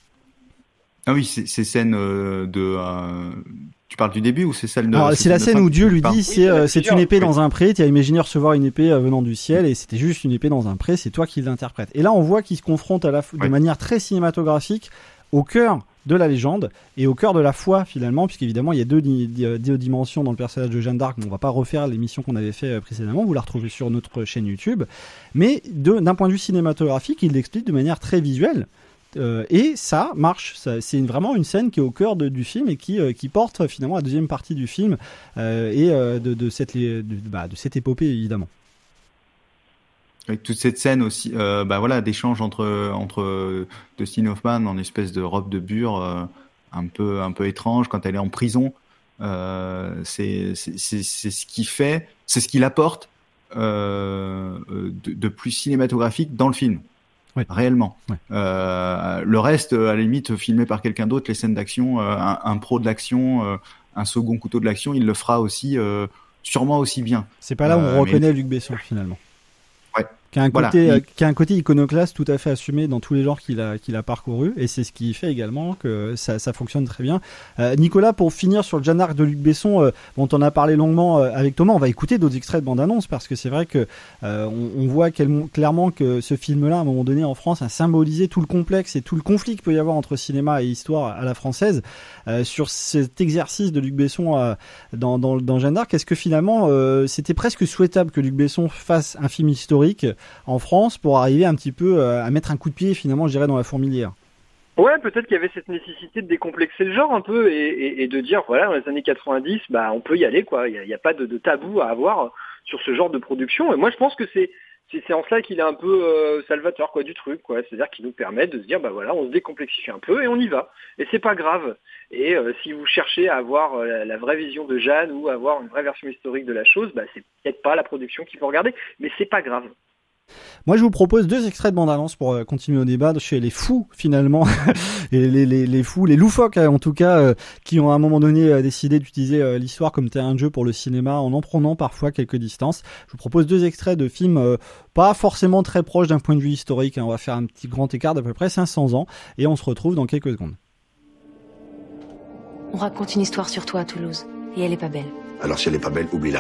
Ah oui, c'est, ces scènes euh, de... Euh... Tu parles du début ou c'est celle de... Alors, c'est, c'est la scène où Dieu lui dit oui, c'est, euh, c'est une épée oui. dans un pré, tu as imaginé recevoir une épée euh, venant du ciel et c'était juste une épée dans un pré, c'est toi qui l'interprètes. Et là on voit qu'il se confronte à la f- ouais. de manière très cinématographique au cœur de la légende et au cœur de la foi finalement, puisqu'évidemment il y a deux, di- deux dimensions dans le personnage de Jeanne d'Arc, mais on va pas refaire l'émission qu'on avait fait précédemment, vous la retrouvez sur notre chaîne YouTube, mais de, d'un point de vue cinématographique il l'explique de manière très visuelle. Euh, et ça marche, ça, c'est une, vraiment une scène qui est au cœur de, du film et qui, euh, qui porte finalement la deuxième partie du film euh, et euh, de, de, cette, de, bah, de cette épopée évidemment. Avec toute cette scène aussi, euh, bah voilà, d'échange entre entre Dustin Hoffman en espèce de robe de bure euh, un peu un peu étrange quand elle est en prison, euh, c'est, c'est c'est c'est ce qui fait, c'est ce qu'il apporte euh, de, de plus cinématographique dans le film. Ouais. Réellement. Ouais. Euh, le reste, à la limite, filmé par quelqu'un d'autre, les scènes d'action, euh, un, un pro de l'action, euh, un second couteau de l'action, il le fera aussi, euh, sûrement aussi bien. C'est pas là où on euh, reconnaît mais... Luc Besson finalement. Ouais. Qui a un voilà. côté, il... qui a un côté iconoclaste tout à fait assumé dans tous les genres qu'il a, qu'il a parcouru, et c'est ce qui fait également que ça, ça fonctionne très bien. Euh, Nicolas, pour finir sur le Jeanne d'Arc de Luc Besson, euh, dont on a parlé longuement euh, avec Thomas, on va écouter d'autres extraits de bande-annonce parce que c'est vrai que euh, on, on voit quel, clairement que ce film-là, à un moment donné en France, a symbolisé tout le complexe et tout le conflit qu'il peut y avoir entre cinéma et histoire à la française. Euh, sur cet exercice de Luc Besson euh, dans, dans, dans Jeanne d'Arc, est-ce que finalement euh, c'était presque souhaitable que Luc Besson fasse un film historique en France pour arriver un petit peu euh, à mettre un coup de pied finalement, je dirais, dans la fourmilière? Ouais, peut-être qu'il y avait cette nécessité de décomplexer le genre un peu et, et, et de dire, voilà, dans les années quatre-vingt-dix, bah, on peut y aller, quoi. Il n'y a, a pas de, de tabou à avoir sur ce genre de production. Et moi, je pense que c'est, c'est, c'est en cela qu'il est un peu euh, salvateur quoi du truc, quoi. C'est-à-dire qu'il nous permet de se dire, bah voilà, on se décomplexifie un peu et on y va. Et c'est pas grave. Et euh, si vous cherchez à avoir euh, la, la vraie vision de Jeanne ou avoir une vraie version historique de la chose, bah c'est peut-être pas la production qu'il faut regarder, mais c'est pas grave. Moi, je vous propose deux extraits de bande-annonce pour euh, continuer au débat chez les fous, finalement, et les, les, les fous, les loufoques, en tout cas, euh, qui ont à un moment donné euh, décidé d'utiliser euh, l'histoire comme terrain de jeu pour le cinéma, en en prenant parfois quelques distances. Je vous propose deux extraits de films euh, pas forcément très proches d'un point de vue historique, hein. On va faire un petit grand écart d'à peu près cinq cents ans, et on se retrouve dans quelques secondes. On raconte une histoire sur toi à Toulouse, et elle est pas belle. Alors si elle est pas belle, oublie-la.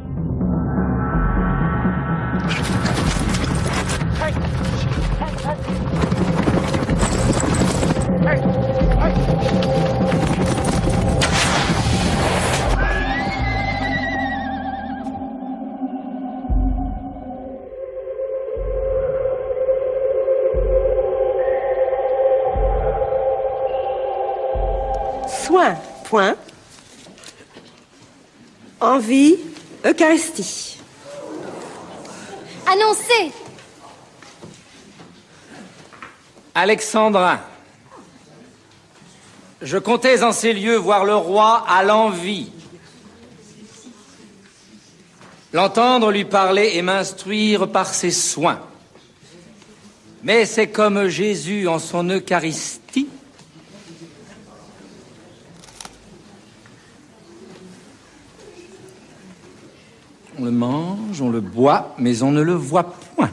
Soin, point. Envie, Eucharistie. Annoncez! Alexandrin, je comptais en ces lieux voir le roi à l'envie, l'entendre lui parler et m'instruire par ses soins. Mais c'est comme Jésus en son Eucharistie. On le mange, on le boit, mais on ne le voit point.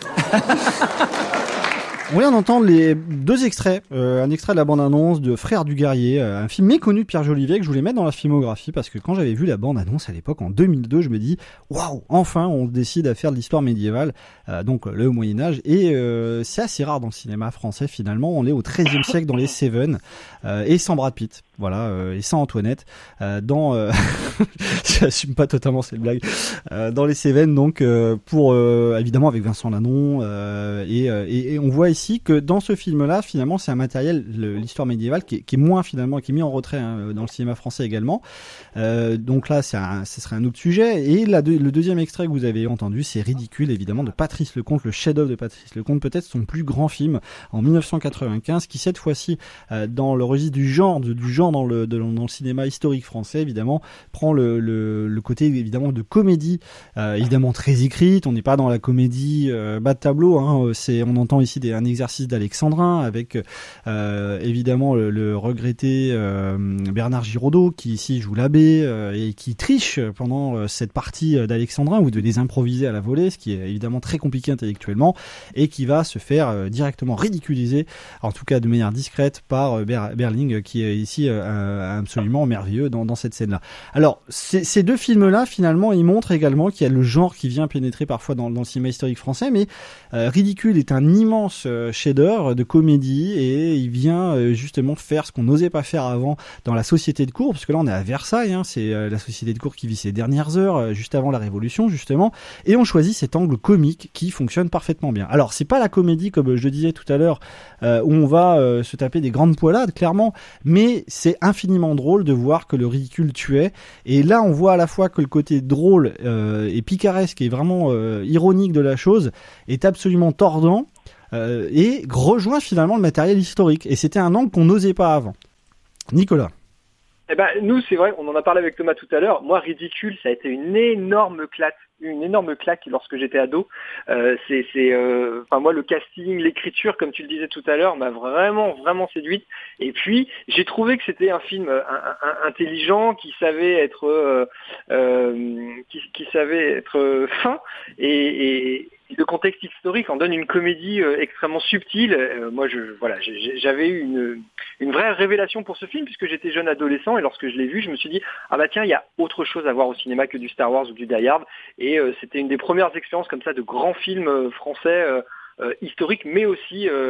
On vient d'entendre les deux extraits, euh, un extrait de la bande-annonce de Frères du Guerrier, euh, un film méconnu de Pierre Jolivet que je voulais mettre dans la filmographie parce que quand j'avais vu la bande-annonce à l'époque en deux mille deux, je me dis waouh, enfin on décide à faire de l'histoire médiévale, euh, donc le Moyen-Âge, et euh, c'est assez rare dans le cinéma français finalement. On est au treizième siècle dans les Cévennes euh, et sans Brad Pitt. Voilà, euh, et sans Antoinette, euh, dans, euh, j'assume pas totalement cette blague, euh, dans les Cévennes, donc euh, pour euh, évidemment avec Vincent Lannon, euh, et, et, et on voit ici que dans ce film-là, finalement, c'est un matériel, le, l'histoire médiévale, qui est, qui est moins finalement, qui est mis en retrait hein, dans le cinéma français également. Euh, donc là, c'est un, ce serait un autre sujet. Et la de, le deuxième extrait que vous avez entendu, c'est Ridicule, évidemment, de Patrice Lecomte, le chef-d'œuvre de Patrice Lecomte, peut-être son plus grand film en dix-neuf cent quatre-vingt-quinze, qui cette fois-ci, euh, dans le registre du genre, du, du genre dans le, de, dans le cinéma historique français, évidemment, prend le, le, le côté évidemment de comédie, euh, évidemment très écrite. On n'est pas dans la comédie euh, bas de tableau. Hein, c'est, on entend ici des, un exercice d'alexandrin avec euh, évidemment le, le regretté euh, Bernard Giraudot qui ici joue l'abbé euh, et qui triche pendant euh, cette partie d'alexandrin ou de les improviser à la volée, ce qui est évidemment très compliqué intellectuellement et qui va se faire euh, directement ridiculiser, en tout cas de manière discrète, par euh, Ber- Berling qui est ici euh, absolument merveilleux dans, dans cette scène-là. Alors ces, ces deux films-là finalement ils montrent également qu'il y a le genre qui vient pénétrer parfois dans, dans le cinéma historique français, mais euh, Ridicule est un immense euh, chef-d'œuvre de comédie et il vient euh, justement faire ce qu'on n'osait pas faire avant dans la société de cour, parce que là on est à Versailles, hein, c'est euh, la société de cour qui vit ses dernières heures euh, juste avant la Révolution justement, et on choisit cet angle comique qui fonctionne parfaitement bien. Alors c'est pas la comédie comme je le disais tout à l'heure euh, où on va euh, se taper des grandes poilades clairement, mais c'est infiniment drôle de voir que le ridicule tuait, et là on voit à la fois que le côté drôle euh, et picaresque et vraiment euh, ironique de la chose est absolument tordant euh, et rejoint finalement le matériel historique, et c'était un angle qu'on n'osait pas avant. Nicolas. Eh ben, nous, c'est vrai, on en a parlé avec Thomas tout à l'heure. Moi, Ridicule, ça a été une énorme claque, une énorme claque lorsque j'étais ado. Euh, c'est, c'est, euh, enfin, moi, le casting, l'écriture, comme tu le disais tout à l'heure, m'a vraiment, vraiment séduite. Et puis, j'ai trouvé que c'était un film un, un, intelligent, qui savait être, euh, euh, qui, qui savait être fin, et, et le contexte historique en donne une comédie euh, extrêmement subtile. Euh, moi, je, voilà, j'ai, j'avais eu une, une vraie révélation pour ce film puisque j'étais jeune adolescent, et lorsque je l'ai vu, je me suis dit ah bah tiens, il y a autre chose à voir au cinéma que du Star Wars ou du Die Hard. Et euh, c'était une des premières expériences comme ça de grands films euh, français euh, euh, historiques, mais aussi euh,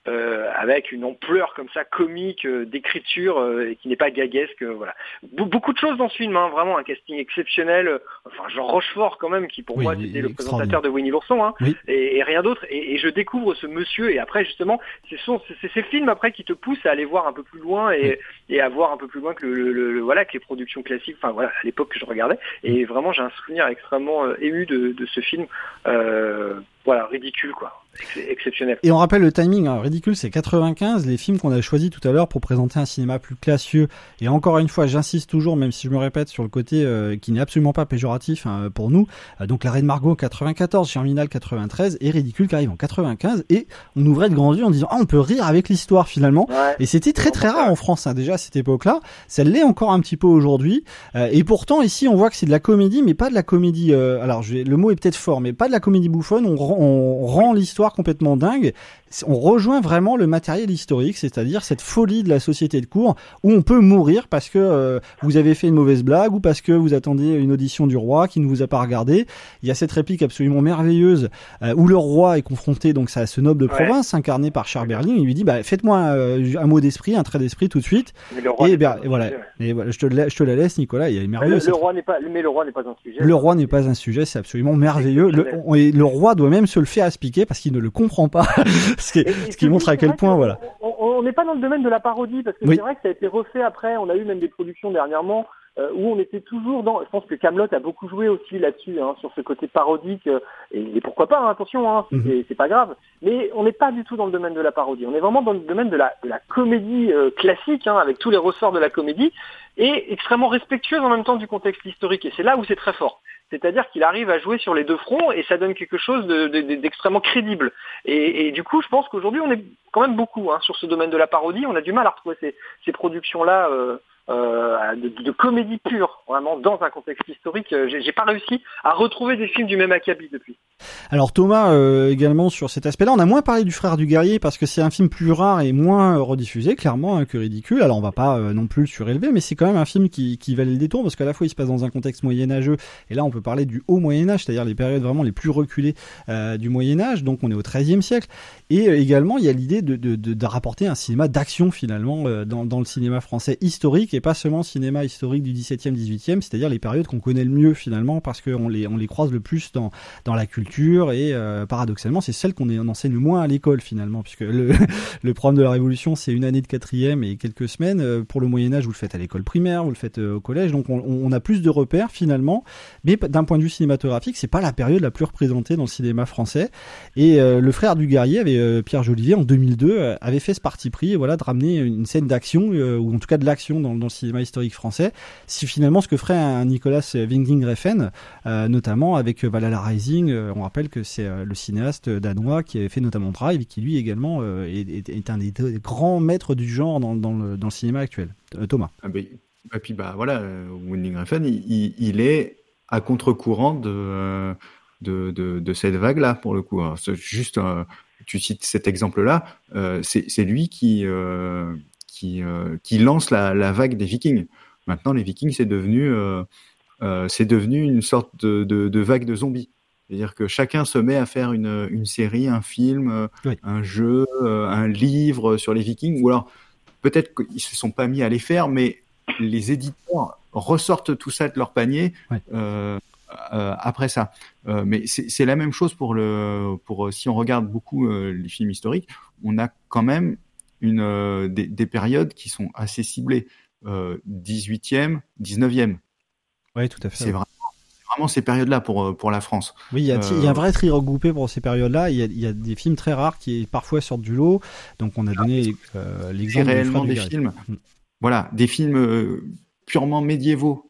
euh, avec une ampleur comme ça comique euh, d'écriture euh, et qui n'est pas gaguesque. Euh, voilà, Be- beaucoup de choses dans ce film, hein, vraiment un casting exceptionnel. Euh, enfin, Jean Rochefort quand même, qui pour oui, moi c'était le présentateur de Winnie l'ourson, hein, oui. et, et rien d'autre. Et, et je découvre ce monsieur et après justement, c'est, son, c'est, c'est ces films après qui te poussent à aller voir un peu plus loin et, oui. et à voir un peu plus loin que le, le, le voilà que les productions classiques. Enfin voilà, à l'époque que je regardais. Et vraiment, j'ai un souvenir extrêmement euh, ému de, de ce film. Euh, voilà, ridicule quoi. Exceptionnel. Et on rappelle le timing, hein, ridicule, c'est quatre-vingt-quinze, les films qu'on a choisis tout à l'heure pour présenter un cinéma plus classieux. Et encore une fois, j'insiste toujours, même si je me répète, sur le côté euh, qui n'est absolument pas péjoratif hein, pour nous. Euh, donc La Reine Margot quatre-vingt-quatorze, Germinal quatre-vingt-treize et Ridicule qui arrive en quatre-vingt-quinze. Et on ouvrait de grands yeux en disant ah on peut rire avec l'histoire finalement. Ouais, et c'était très très rare en France hein, déjà à cette époque-là. Ça l'est encore un petit peu aujourd'hui. Euh, et pourtant ici on voit que c'est de la comédie, mais pas de la comédie. Euh, alors je vais, le mot est peut-être fort, mais pas de la comédie bouffonne. On, on rend l'histoire complètement dingue. On rejoint vraiment le matériel historique, c'est-à-dire cette folie de la société de cour où on peut mourir parce que euh, vous avez fait une mauvaise blague ou parce que vous attendez une audition du roi qui ne vous a pas regardé. Il y a cette réplique absolument merveilleuse euh, où le roi est confronté donc à ce noble de province ouais. incarné par Charles Berling. Il lui dit bah faites-moi euh, un mot d'esprit, un trait d'esprit tout de suite. Et, ben, et voilà. Et voilà, je te la, je te la laisse Nicolas. Il est merveilleux. Le, le roi n'est pas, mais le roi n'est pas un sujet. Le roi n'est pas un sujet, c'est absolument merveilleux. Le, on, et le roi doit même se le faire expliquer parce qu'il ne le comprend pas. ce qui, et, ce qui montre à quel point, voilà. On n'est pas dans le domaine de la parodie, parce que oui. c'est vrai que ça a été refait après, on a eu même des productions dernièrement, euh, où on était toujours dans, je pense que Kaamelott a beaucoup joué aussi là-dessus, hein, sur ce côté parodique, euh, et, et pourquoi pas, hein, attention, hein, mm-hmm. c'est, c'est pas grave, mais on n'est pas du tout dans le domaine de la parodie, on est vraiment dans le domaine de la, de la comédie euh, classique, hein, avec tous les ressorts de la comédie, et extrêmement respectueuse en même temps du contexte historique, et c'est là où c'est très fort. C'est-à-dire qu'il arrive à jouer sur les deux fronts et ça donne quelque chose de, de, de, d'extrêmement crédible. Et, et du coup, je pense qu'aujourd'hui, on est quand même beaucoup hein, sur ce domaine de la parodie. On a du mal à retrouver ces, ces productions-là euh, euh, de, de comédie pure, vraiment dans un contexte historique. J'ai, j'ai pas réussi à retrouver des films du même acabit depuis. Alors Thomas, euh, également sur cet aspect-là, on a moins parlé du Frère du Guerrier parce que c'est un film plus rare et moins rediffusé, clairement, hein, que Ridicule. Alors on va pas euh, non plus le surélever, mais c'est quand même un film qui, qui valait le détour parce qu'à la fois il se passe dans un contexte moyenâgeux et là on peut parler du haut Moyen-Âge, c'est-à-dire les périodes vraiment les plus reculées euh, du Moyen-Âge, donc on est au treizième siècle. Et euh, également il y a l'idée de, de, de, de rapporter un cinéma d'action finalement euh, dans, dans le cinéma français historique et pas seulement cinéma historique du dix-septième, dix-huitième, c'est-à-dire les périodes qu'on connaît le mieux finalement parce qu'on les, on les croise le plus dans, dans la culture et euh, paradoxalement c'est celle qu'on, est, on enseigne le moins à l'école finalement puisque le, le programme de la Révolution c'est une année de quatrième et quelques semaines. Euh, pour le Moyen-Âge vous le faites à l'école primaire, vous le faites euh, au collège, donc on, on a plus de repères finalement, mais d'un point de vue cinématographique c'est pas la période la plus représentée dans le cinéma français. Et euh, le Frère du Guerrier avec euh, Pierre Jolivet en deux mille deux euh, avait fait ce parti pris voilà, de ramener une scène d'action euh, ou en tout cas de l'action dans, dans le cinéma historique français. C'est finalement ce que ferait un Nicolas Winding Refn euh, notamment avec euh, Valhalla Rising. Euh, on rappelle que c'est euh, le cinéaste danois qui avait fait notamment Drive et qui lui également euh, est, est, est un des, des grands maîtres du genre dans, dans, le, dans le cinéma actuel. Euh, Thomas. Ah ben, et puis bah voilà, euh, Winding Refn il, il, il est à contre-courant de, euh, de, de, de cette vague-là, pour le coup. Alors, c'est juste, euh, tu cites cet exemple-là, euh, c'est, c'est lui qui, euh, qui, euh, qui lance la, la vague des Vikings. Maintenant, les Vikings, c'est devenu, euh, euh, c'est devenu une sorte de, de, de vague de zombies. C'est-à-dire que chacun se met à faire une, une série, un film, oui. un jeu, un livre sur les Vikings, ou alors peut-être qu'ils se sont pas mis à les faire, mais les éditeurs ressortent tout ça de leur panier ouais. euh, euh, après ça. Euh, mais c'est, c'est la même chose pour le, pour si on regarde beaucoup euh, les films historiques, on a quand même une euh, des, des périodes qui sont assez ciblées, euh, dix-huitième, dix-neuvième. Oui, tout à fait. C'est vraiment, vraiment ces périodes-là pour pour la France. Oui, il y a, euh, il y a un vrai tri regroupé pour ces périodes-là. Il y a, il y a des films très rares qui parfois sortent du lot. Donc on a donné euh, l'exemple. C'est réellement des films. Mmh. Voilà, des films euh, purement médiévaux,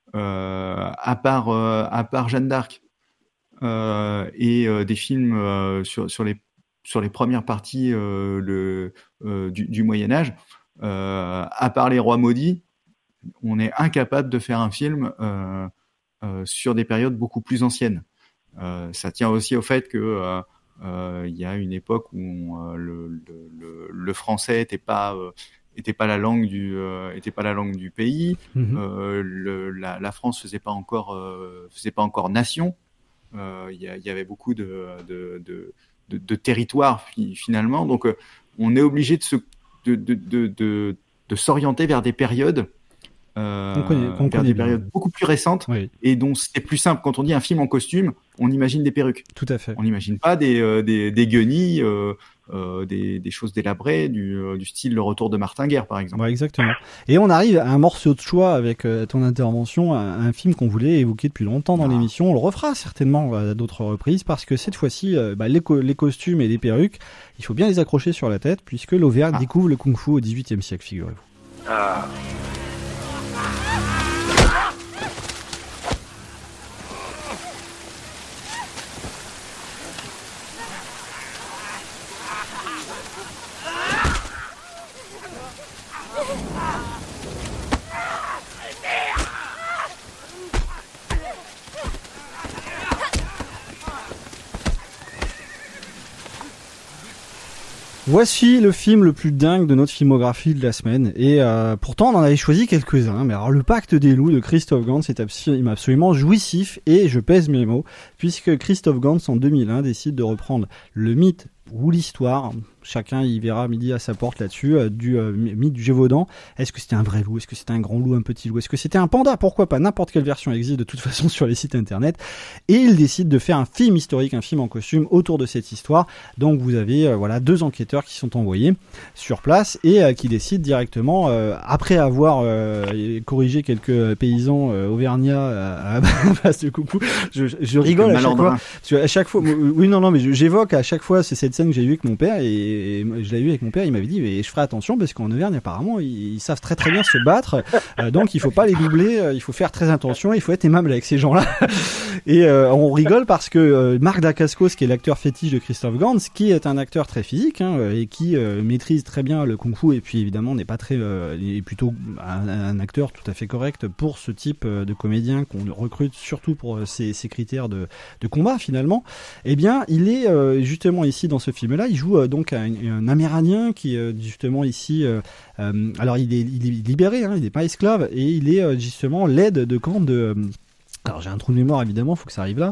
euh, à part euh, à part Jeanne d'Arc, euh, et euh, des films euh, sur sur les sur les premières parties euh, le euh, du, du Moyen Âge, euh, à part les Rois maudits, on est incapable de faire un film euh, euh, sur des périodes beaucoup plus anciennes. Euh, ça tient aussi au fait que euh, euh, il y a une époque où on, euh, le, le, le, le français était pas euh, était pas la langue du euh, était pas la langue du pays. Mmh. Euh, le, la, la France faisait pas encore euh, faisait pas encore nation. Il euh, y, y avait beaucoup de de, de, de, de territoires finalement. Donc on est obligé de se de de de de, de s'orienter vers des périodes euh, on connaît, on vers des périodes beaucoup plus récentes oui. et dont c'est plus simple. Quand on dit un film en costume, on imagine des perruques. Tout à fait. On n'imagine pas des euh, des des guenilles, euh, euh, des des choses délabrées du euh, du style Le Retour de Martin Guerre par exemple. Ouais, exactement. Et on arrive à un morceau de choix avec euh, ton intervention, un, un film qu'on voulait évoquer depuis longtemps dans ah. l'émission. On le refera certainement à d'autres reprises parce que cette fois-ci, euh, bah, les, co- les costumes et les perruques, il faut bien les accrocher sur la tête puisque l'Auvergne ah. découvre le kung-fu au dix-huitième siècle, figurez-vous. Ah. Voici le film le plus dingue de notre filmographie de la semaine. Et euh, pourtant, on en avait choisi quelques-uns. Mais alors, Le Pacte des loups de Christophe Gans est absolument jouissif. Et je pèse mes mots, puisque Christophe Gans, en deux mille un, décide de reprendre le mythe ou l'histoire, chacun y verra midi à sa porte là-dessus, euh, du euh, mythe du Gévaudan. Est-ce que c'était un vrai loup? Est-ce que c'était un grand loup, un petit loup? Est-ce que c'était un panda? Pourquoi pas? N'importe quelle version existe de toute façon sur les sites internet. Et il décide de faire un film historique, un film en costume autour de cette histoire. Donc vous avez euh, voilà deux enquêteurs qui sont envoyés sur place et euh, qui décident directement, euh, après avoir euh, corrigé quelques paysans euh, auvergnats à base de coucou. Je, je rigole à chaque fois. Parce qu'à chaque fois, oui non non mais j'évoque à chaque fois c'est cette scène que j'ai vue avec mon père et et je l'ai eu avec mon père, il m'avait dit mais je ferai attention parce qu'en Auvergne apparemment ils, ils savent très très bien se battre, euh, donc il faut pas les doubler, euh, il faut faire très attention, il faut être aimable avec ces gens-là. Et euh, on rigole parce que euh, Marc Dacascos, qui est l'acteur fétiche de Christophe Gans, qui est un acteur très physique hein, et qui euh, maîtrise très bien le kung-fu et puis évidemment n'est pas très, euh, est plutôt un, un acteur tout à fait correct pour ce type de comédien qu'on recrute surtout pour ses, ses critères de, de combat finalement. Eh bien il est euh, justement ici dans ce film-là, il joue euh, donc un un Amérindien qui est justement ici euh, euh, alors il est, il est libéré hein, il n'est pas esclave et il est euh, justement l'aide de camp de euh, alors j'ai un trou de mémoire évidemment, faut que ça arrive là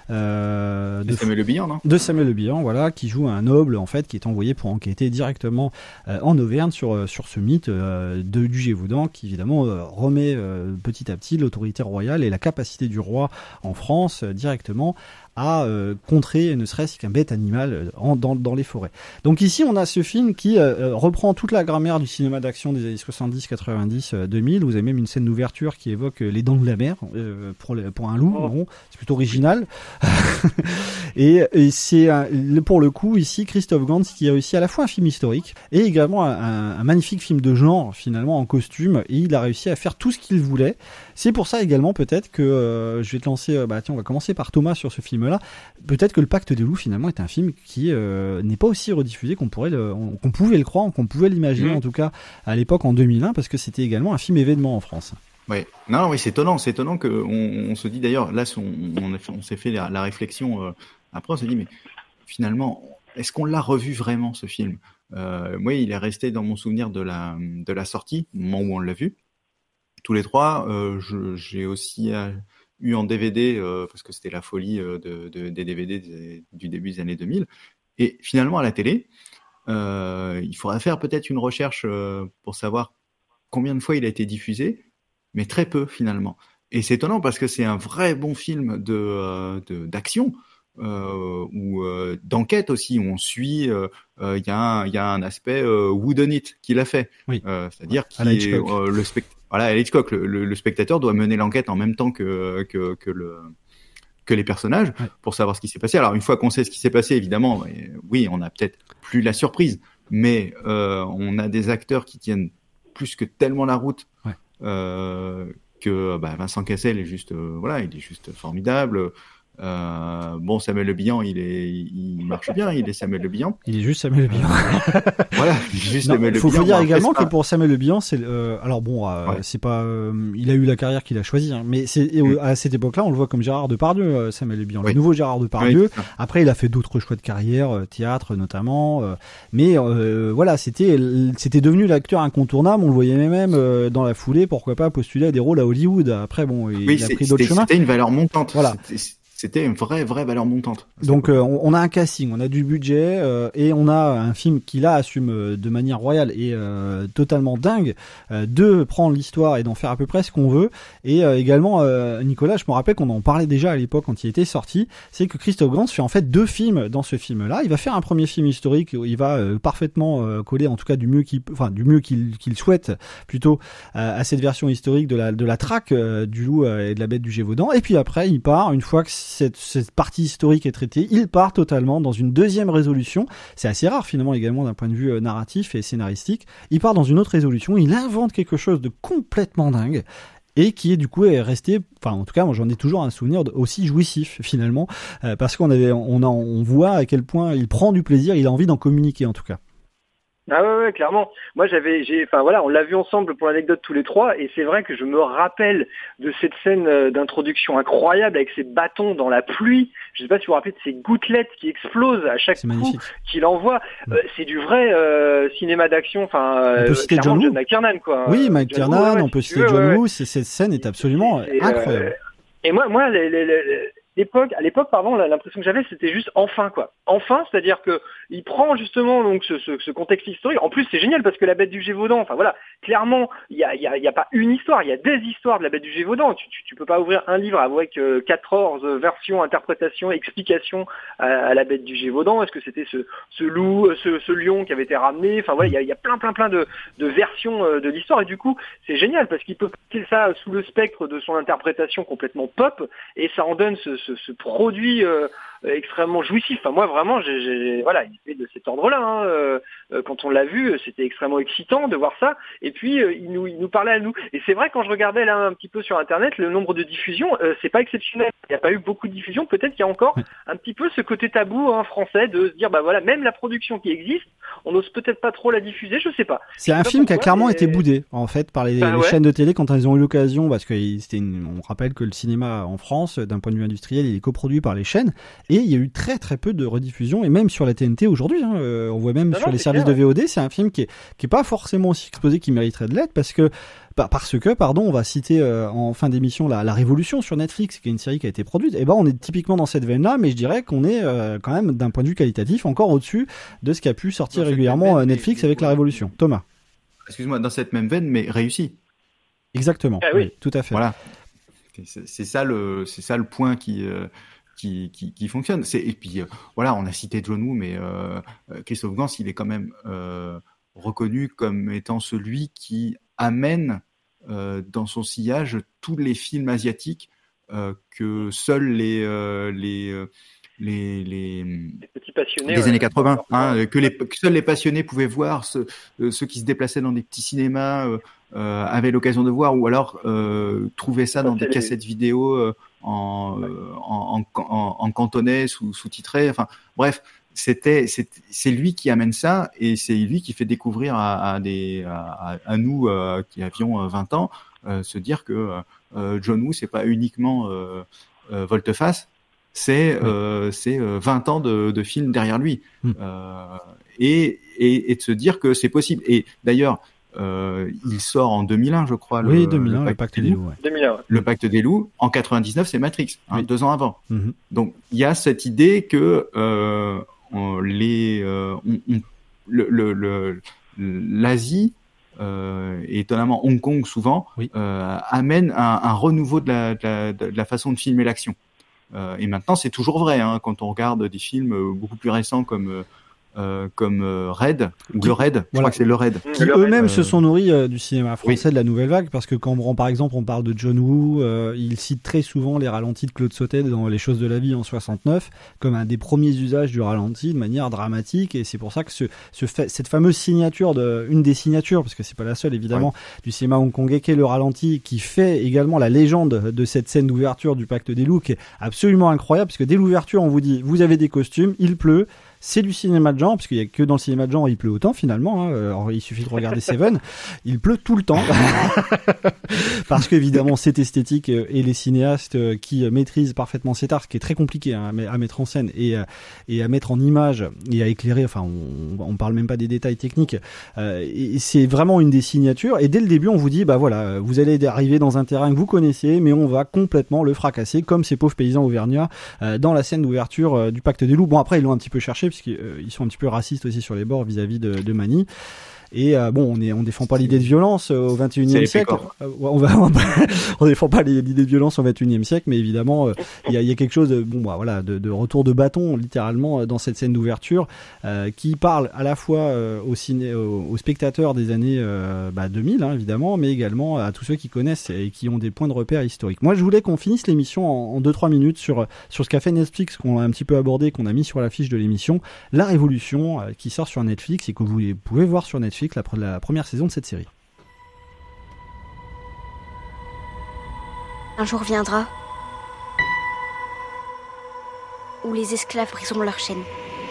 Euh, de Samuel Le Bihan, non de Samuel Le Bihan, voilà, qui joue un noble en fait, qui est envoyé pour enquêter directement euh, en Auvergne sur sur ce mythe euh, de du Gévaudan, qui évidemment euh, remet euh, petit à petit l'autorité royale et la capacité du roi en France euh, directement à euh, contrer ne serait-ce qu'un bête animal euh, en, dans, dans les forêts. Donc ici on a ce film qui euh, reprend toute la grammaire du cinéma d'action des années soixante-dix, quatre-vingt-dix, euh, deux mille. Vous avez même une scène d'ouverture qui évoque euh, les dents de la mer euh, pour, les, pour un loup. Oh. Bon, c'est plutôt original. et, et c'est un, pour le coup ici Christophe Gans qui a réussi à la fois un film historique et également un, un, un magnifique film de genre finalement en costume, et il a réussi à faire tout ce qu'il voulait. C'est pour ça également peut-être que euh, je vais te lancer, euh, bah tiens on va commencer par Thomas sur ce film là. Peut-être que Le Pacte des loups finalement est un film qui euh, n'est pas aussi rediffusé qu'on pourrait le, on, qu'on pouvait le croire, qu'on pouvait l'imaginer mmh. en tout cas à l'époque en deux mille un, parce que c'était également un film événement en France. Oui, non, oui, c'est étonnant, c'est étonnant que on, on se dit d'ailleurs, là, on, on, on s'est fait la, la réflexion. Euh, après, on s'est dit, mais finalement, est-ce qu'on l'a revu vraiment ce film? euh, Moi, il est resté dans mon souvenir de la de la sortie, au moment où on l'a vu, tous les trois. Euh, je, j'ai aussi euh, eu en D V D euh, parce que c'était la folie euh, de, de, des D V D des, du début des années deux mille. Et finalement, à la télé, euh, il faudra faire peut-être une recherche euh, pour savoir combien de fois il a été diffusé. Mais très peu finalement. Et c'est étonnant parce que c'est un vrai bon film de, euh, de d'action euh, ou euh, d'enquête aussi, où on suit. Il euh, euh, y a un il y a un aspect euh, whodunit qu'il a fait, oui. euh, c'est-à-dire qu'il est euh, le spect voilà à Hitchcock, le, le, le spectateur doit mener l'enquête en même temps que que que le que les personnages ouais. pour savoir ce qui s'est passé. Alors une fois qu'on sait ce qui s'est passé, évidemment, oui, on a peut-être plus la surprise, mais euh, on a des acteurs qui tiennent plus que tellement la route. Ouais. Euh, que bah, Vincent Cassel est juste euh, voilà, il est juste formidable. Euh, bon, Samuel Le Bihan, il est, il marche bien, il est Samuel Le Bihan. Il est juste Samuel Le Bihan. Voilà, juste non, Samuel Le faut, Bihan. Faut dire également que pour Samuel Le Bihan, c'est, euh, alors bon, euh, ouais. c'est pas, euh, il a eu la carrière qu'il a choisie, hein, mais c'est mm. à cette époque-là, on le voit comme Gérard Depardieu, euh, Samuel Le Bihan, oui. le nouveau Gérard Depardieu. Oui. Après, il a fait d'autres choix de carrière, euh, théâtre notamment, euh, mais euh, voilà, c'était, c'était devenu l'acteur incontournable. On le voyait même euh, dans la foulée, pourquoi pas postuler à des rôles à Hollywood. Après, bon, il, oui, il a pris d'autres chemins. C'était une valeur montante. Voilà. C'était, c'était une vraie, vraie valeur montante. Donc, euh, on, on a un casting, on a du budget, euh, et on a un film qui là assume euh, de manière royale et euh, totalement dingue euh, de prendre l'histoire et d'en faire à peu près ce qu'on veut. Et euh, également, euh, Nicolas, je me rappelle qu'on en parlait déjà à l'époque quand il était sorti, c'est que Christophe Gans fait en fait deux films dans ce film-là. Il va faire un premier film historique où il va euh, parfaitement euh, coller, en tout cas du mieux qu'il, enfin du mieux qu'il, qu'il souhaite plutôt euh, à cette version historique de la de la traque euh, du loup euh, et de la bête du Gévaudan. Et puis après, il part une fois que cette, cette partie historique est traitée, il part totalement dans une deuxième résolution. C'est assez rare finalement également d'un point de vue euh, narratif et scénaristique. Il part dans une autre résolution, il invente quelque chose de complètement dingue et qui est du coup est resté, enfin en tout cas moi j'en ai toujours un souvenir aussi jouissif finalement, euh, parce qu'on avait, on, a, on voit à quel point il prend du plaisir, il a envie d'en communiquer en tout cas. Ah ouais, ouais, clairement. Moi, j'avais, j'ai, enfin voilà, on l'a vu ensemble pour l'anecdote tous les trois, et c'est vrai que je me rappelle de cette scène d'introduction incroyable avec ses bâtons dans la pluie. Je sais pas si vous vous rappelez de ces gouttelettes qui explosent à chaque coup qu'il envoie. Euh, c'est du vrai euh, cinéma d'action. Enfin, on peut citer euh, John Woo. McTiernan, quoi. Oui, McTiernan. Ouais, on peut citer John Woo. Cette scène est absolument et, incroyable. Euh, et moi, moi, les, les, les, l'époque, à l'époque, pardon, l'impression que j'avais, c'était juste enfin, quoi. Enfin, c'est-à-dire que il prend justement donc ce, ce, ce contexte historique. En plus, c'est génial parce que la bête du Gévaudan, enfin voilà, clairement, il y a, il y a, il y a pas une histoire, il y a des histoires de la bête du Gévaudan. Tu, tu, tu peux pas ouvrir un livre avec euh, quatorze versions, interprétations, explications à, à la bête du Gévaudan. Est-ce que c'était ce, ce loup, ce, ce lion qui avait été ramené? Enfin voilà, il y a, il y a plein, plein, plein de, de versions euh, de l'histoire et du coup, c'est génial parce qu'il peut porter ça sous le spectre de son interprétation complètement pop et ça en donne ce, ce, ce produit euh, extrêmement jouissif. Enfin moi vraiment, j'ai, j'ai voilà, il fait de cet ordre-là. Hein. Euh, quand on l'a vu, c'était extrêmement excitant de voir ça. Et puis euh, il nous, il nous parlait à nous. Et c'est vrai quand je regardais là un petit peu sur Internet, le nombre de diffusions, euh, c'est pas exceptionnel. Il n'y a pas eu beaucoup de diffusions. Peut-être qu'il y a encore un petit peu ce côté tabou hein, français de se dire bah voilà, même la production qui existe, on n'ose peut-être pas trop la diffuser. Je sais pas. C'est un film pourquoi, qui a clairement mais... été boudé en fait par les, bah, les ouais. chaînes de télé quand elles ont eu l'occasion, parce que c'était une, on rappelle que le cinéma en France, d'un point de vue industriel, il est coproduit par les chaînes et il y a eu très très peu de rediffusions et même sur la T N T aujourd'hui. Hein, euh, on voit même non, sur non, les services clair, de V O D, c'est un film qui est qui est pas forcément aussi exposé qu'il mériterait de l'être parce que parce que pardon, on va citer euh, en fin d'émission la, la Révolution sur Netflix, qui est une série qui a été produite. Et ben on est typiquement dans cette veine-là, mais je dirais qu'on est euh, quand même d'un point de vue qualitatif encore au-dessus de ce qu'a pu sortir dans régulièrement veine, Netflix mais, avec mais, la Révolution. Thomas. Excuse-moi, dans cette même veine, mais réussi. Exactement. Ah, oui. oui, tout à fait. Voilà. C'est, c'est ça le, c'est ça le point qui. Euh... Qui, qui, qui fonctionne. C'est, et puis euh, voilà, on a cité John Woo, mais euh, Christophe Gans, il est quand même euh, reconnu comme étant celui qui amène euh, dans son sillage tous les films asiatiques euh, que seuls les euh, les, les les les petits passionnés des ouais, années quatre-vingts, hein, que les que seuls les passionnés pouvaient voir, ceux, euh, ceux qui se déplaçaient dans des petits cinémas euh, euh, avaient l'occasion de voir, ou alors euh, trouvaient ça dans des les... cassettes vidéo. Euh, En, ouais. euh, en, en, en cantonais, sous, sous-titré, enfin bref, c'était, c'est, c'est lui qui amène ça et c'est lui qui fait découvrir à, à, des, à, à nous euh, qui avions vingt ans, euh, se dire que euh, John Woo, c'est pas uniquement euh, euh, volte-face, c'est, ouais. euh, c'est vingt ans de, de films derrière lui. Mmh. Euh, et, et, et de se dire que c'est possible. Et d'ailleurs, Euh, il sort en deux mille un, je crois. Oui, le, deux mille un, le le Pacte des loups. Ouais. deux mille un, ouais. Le Pacte des loups. En quatre-vingt-dix-neuf, c'est Matrix, hein, oui. deux ans avant. Mm-hmm. Donc, il y a cette idée que euh, on, les, euh, on, on, le, le, le, l'Asie euh, et étonnamment Hong Kong souvent oui. euh, amène un, un renouveau de la, de, la, de la façon de filmer l'action. Euh, et maintenant, c'est toujours vrai hein, quand on regarde des films beaucoup plus récents comme euh, Euh, comme euh, Red ou le Red, je voilà. crois que c'est le Red, qui le eux-mêmes Red. se sont nourris euh, du cinéma français oui. de la nouvelle vague, parce que quand on, par exemple on parle de John Woo, euh, il cite très souvent les ralentis de Claude Sautet dans Les choses de la vie en soixante-neuf comme un des premiers usages du ralenti de manière dramatique, et c'est pour ça que ce, ce fa- cette fameuse signature, de, une des signatures, parce que c'est pas la seule évidemment, ouais. du cinéma hongkongais, qui est le ralenti, qui fait également la légende de cette scène d'ouverture du Pacte des loups, qui est absolument incroyable, parce que dès l'ouverture on vous dit vous avez des costumes, il pleut, c'est du cinéma de genre, parce qu'il y a que dans le cinéma de genre il pleut autant finalement. Hein. Alors, il suffit de regarder Seven, il pleut tout le temps, parce qu'évidemment c'est esthétique et les cinéastes qui maîtrisent parfaitement cet art, ce qui est très compliqué hein, à mettre en scène et et à mettre en image et à éclairer. Enfin, on, on parle même pas des détails techniques. Euh, et c'est vraiment une des signatures. Et dès le début, on vous dit, bah voilà, vous allez arriver dans un terrain que vous connaissez, mais on va complètement le fracasser, comme ces pauvres paysans auvergnats euh, dans la scène d'ouverture euh, du Pacte des Loups. Bon, après, ils l'ont un petit peu cherché, puisqu'ils euh, sont un petit peu racistes aussi sur les bords vis-à-vis de, de Mani. Et euh, bon, on est, on défend pas l'idée de violence euh, au vingt et unième siècle. Euh, on va, on, va, on défend pas l'idée de violence au vingt et unième siècle, mais évidemment, il euh, y, a, y a quelque chose de, bon, bah, voilà, de, de retour de bâton, littéralement, dans cette scène d'ouverture, euh, qui parle à la fois euh, aux, ciné, aux, aux spectateurs des années euh, bah, deux mille, hein, évidemment, mais également à tous ceux qui connaissent et qui ont des points de repère historiques. Moi, je voulais qu'on finisse l'émission en, en deux trois minutes sur sur ce qu'a fait Netflix, qu'on a un petit peu abordé, qu'on a mis sur la fiche de l'émission, La Révolution, euh, qui sort sur Netflix et que vous pouvez voir sur Netflix. La, la première saison de cette série. Un jour viendra où les esclaves briseront leurs chaînes.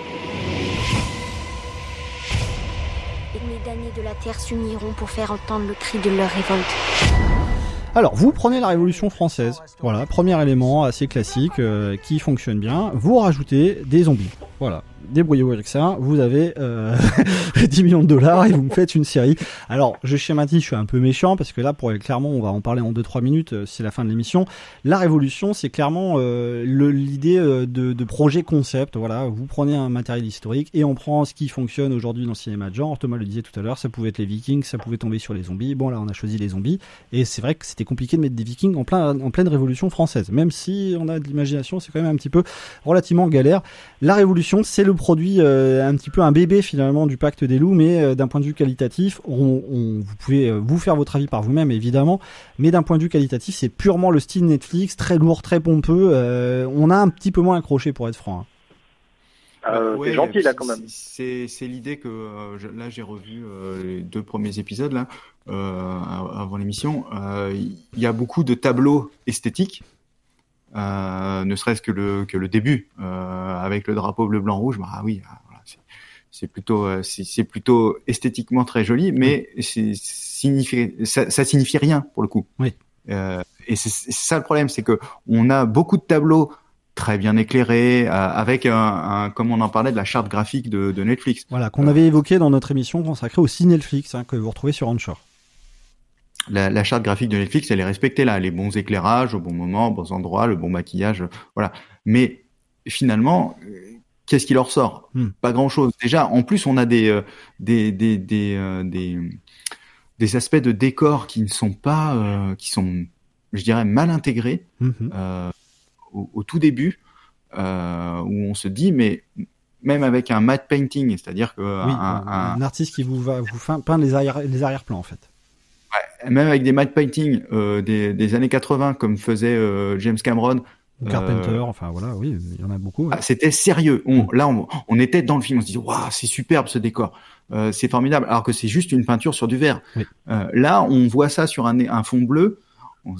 Et les damnés de la terre s'uniront pour faire entendre le cri de leur révolte. Alors, vous prenez la Révolution française, voilà, premier élément assez classique euh, qui fonctionne bien, vous rajoutez des zombies, voilà. Débrouillez-vous avec ça, vous avez euh, dix millions de dollars et vous me faites une série. Alors, je schématise, je suis un peu méchant parce que là, pour clairement, on va en parler en deux trois minutes, euh, c'est la fin de l'émission. La Révolution, c'est clairement euh, le, l'idée euh, de, de projet concept. Voilà, vous prenez un matériel historique et on prend ce qui fonctionne aujourd'hui dans le cinéma de genre. Thomas le disait tout à l'heure, ça pouvait être les Vikings, ça pouvait tomber sur les zombies. Bon, là, on a choisi les zombies et c'est vrai que c'était compliqué de mettre des Vikings en plein en pleine Révolution française. Même si on a de l'imagination, c'est quand même un petit peu relativement galère. La Révolution, c'est le produit euh, un petit peu un bébé finalement du Pacte des Loups, mais euh, d'un point de vue qualitatif, on, on, vous pouvez euh, vous faire votre avis par vous-même évidemment, mais d'un point de vue qualitatif, c'est purement le style Netflix, très lourd, très pompeux. Euh, on a un petit peu moins accroché pour être franc. Hein. Euh, ouais, c'est gentil là quand même. C'est, c'est l'idée que euh, je, là j'ai revu euh, les deux premiers épisodes là euh, avant l'émission. Il euh, y a beaucoup de tableaux esthétiques. Euh, ne serait-ce que le que le début euh, avec le drapeau bleu blanc rouge, bah ah oui, voilà, c'est, c'est plutôt c'est, c'est plutôt esthétiquement très joli, mais c'est signifie ça, ça signifie rien pour le coup. Oui. Euh, et c'est, c'est ça le problème, c'est que on a beaucoup de tableaux très bien éclairés euh, avec un, un comme on en parlait de la charte graphique de, de Netflix. Voilà, qu'on euh, avait évoqué dans notre émission consacrée au Cinetflix, hein, que vous retrouvez sur Onshore. La, la charte graphique de Netflix, elle est respectée là, les bons éclairages au bon moment, aux bons endroits, le bon maquillage, voilà. Mais finalement, qu'est-ce qui leur sort ? hmm. Pas grand-chose. Déjà, en plus, on a des euh, des des des, euh, des des aspects de décor qui ne sont pas, euh, qui sont, je dirais, mal intégrés hmm. euh, au, au tout début, euh, où on se dit, mais même avec un matte painting, c'est-à-dire que oui, un, un, un artiste qui vous va vous peindre les arrière les arrière-plans en fait. Ouais, même avec des matte painting euh, des, des années quatre-vingts, comme faisait euh, James Cameron. Carpenter, euh, enfin voilà, oui, il y en a beaucoup. Ouais. Ah, c'était sérieux. On, mm. Là, on, on était dans le film, on se disait, waouh, c'est superbe ce décor, euh, c'est formidable. Alors que c'est juste une peinture sur du verre. Oui. Euh, là, on voit ça sur un, un fond bleu. On,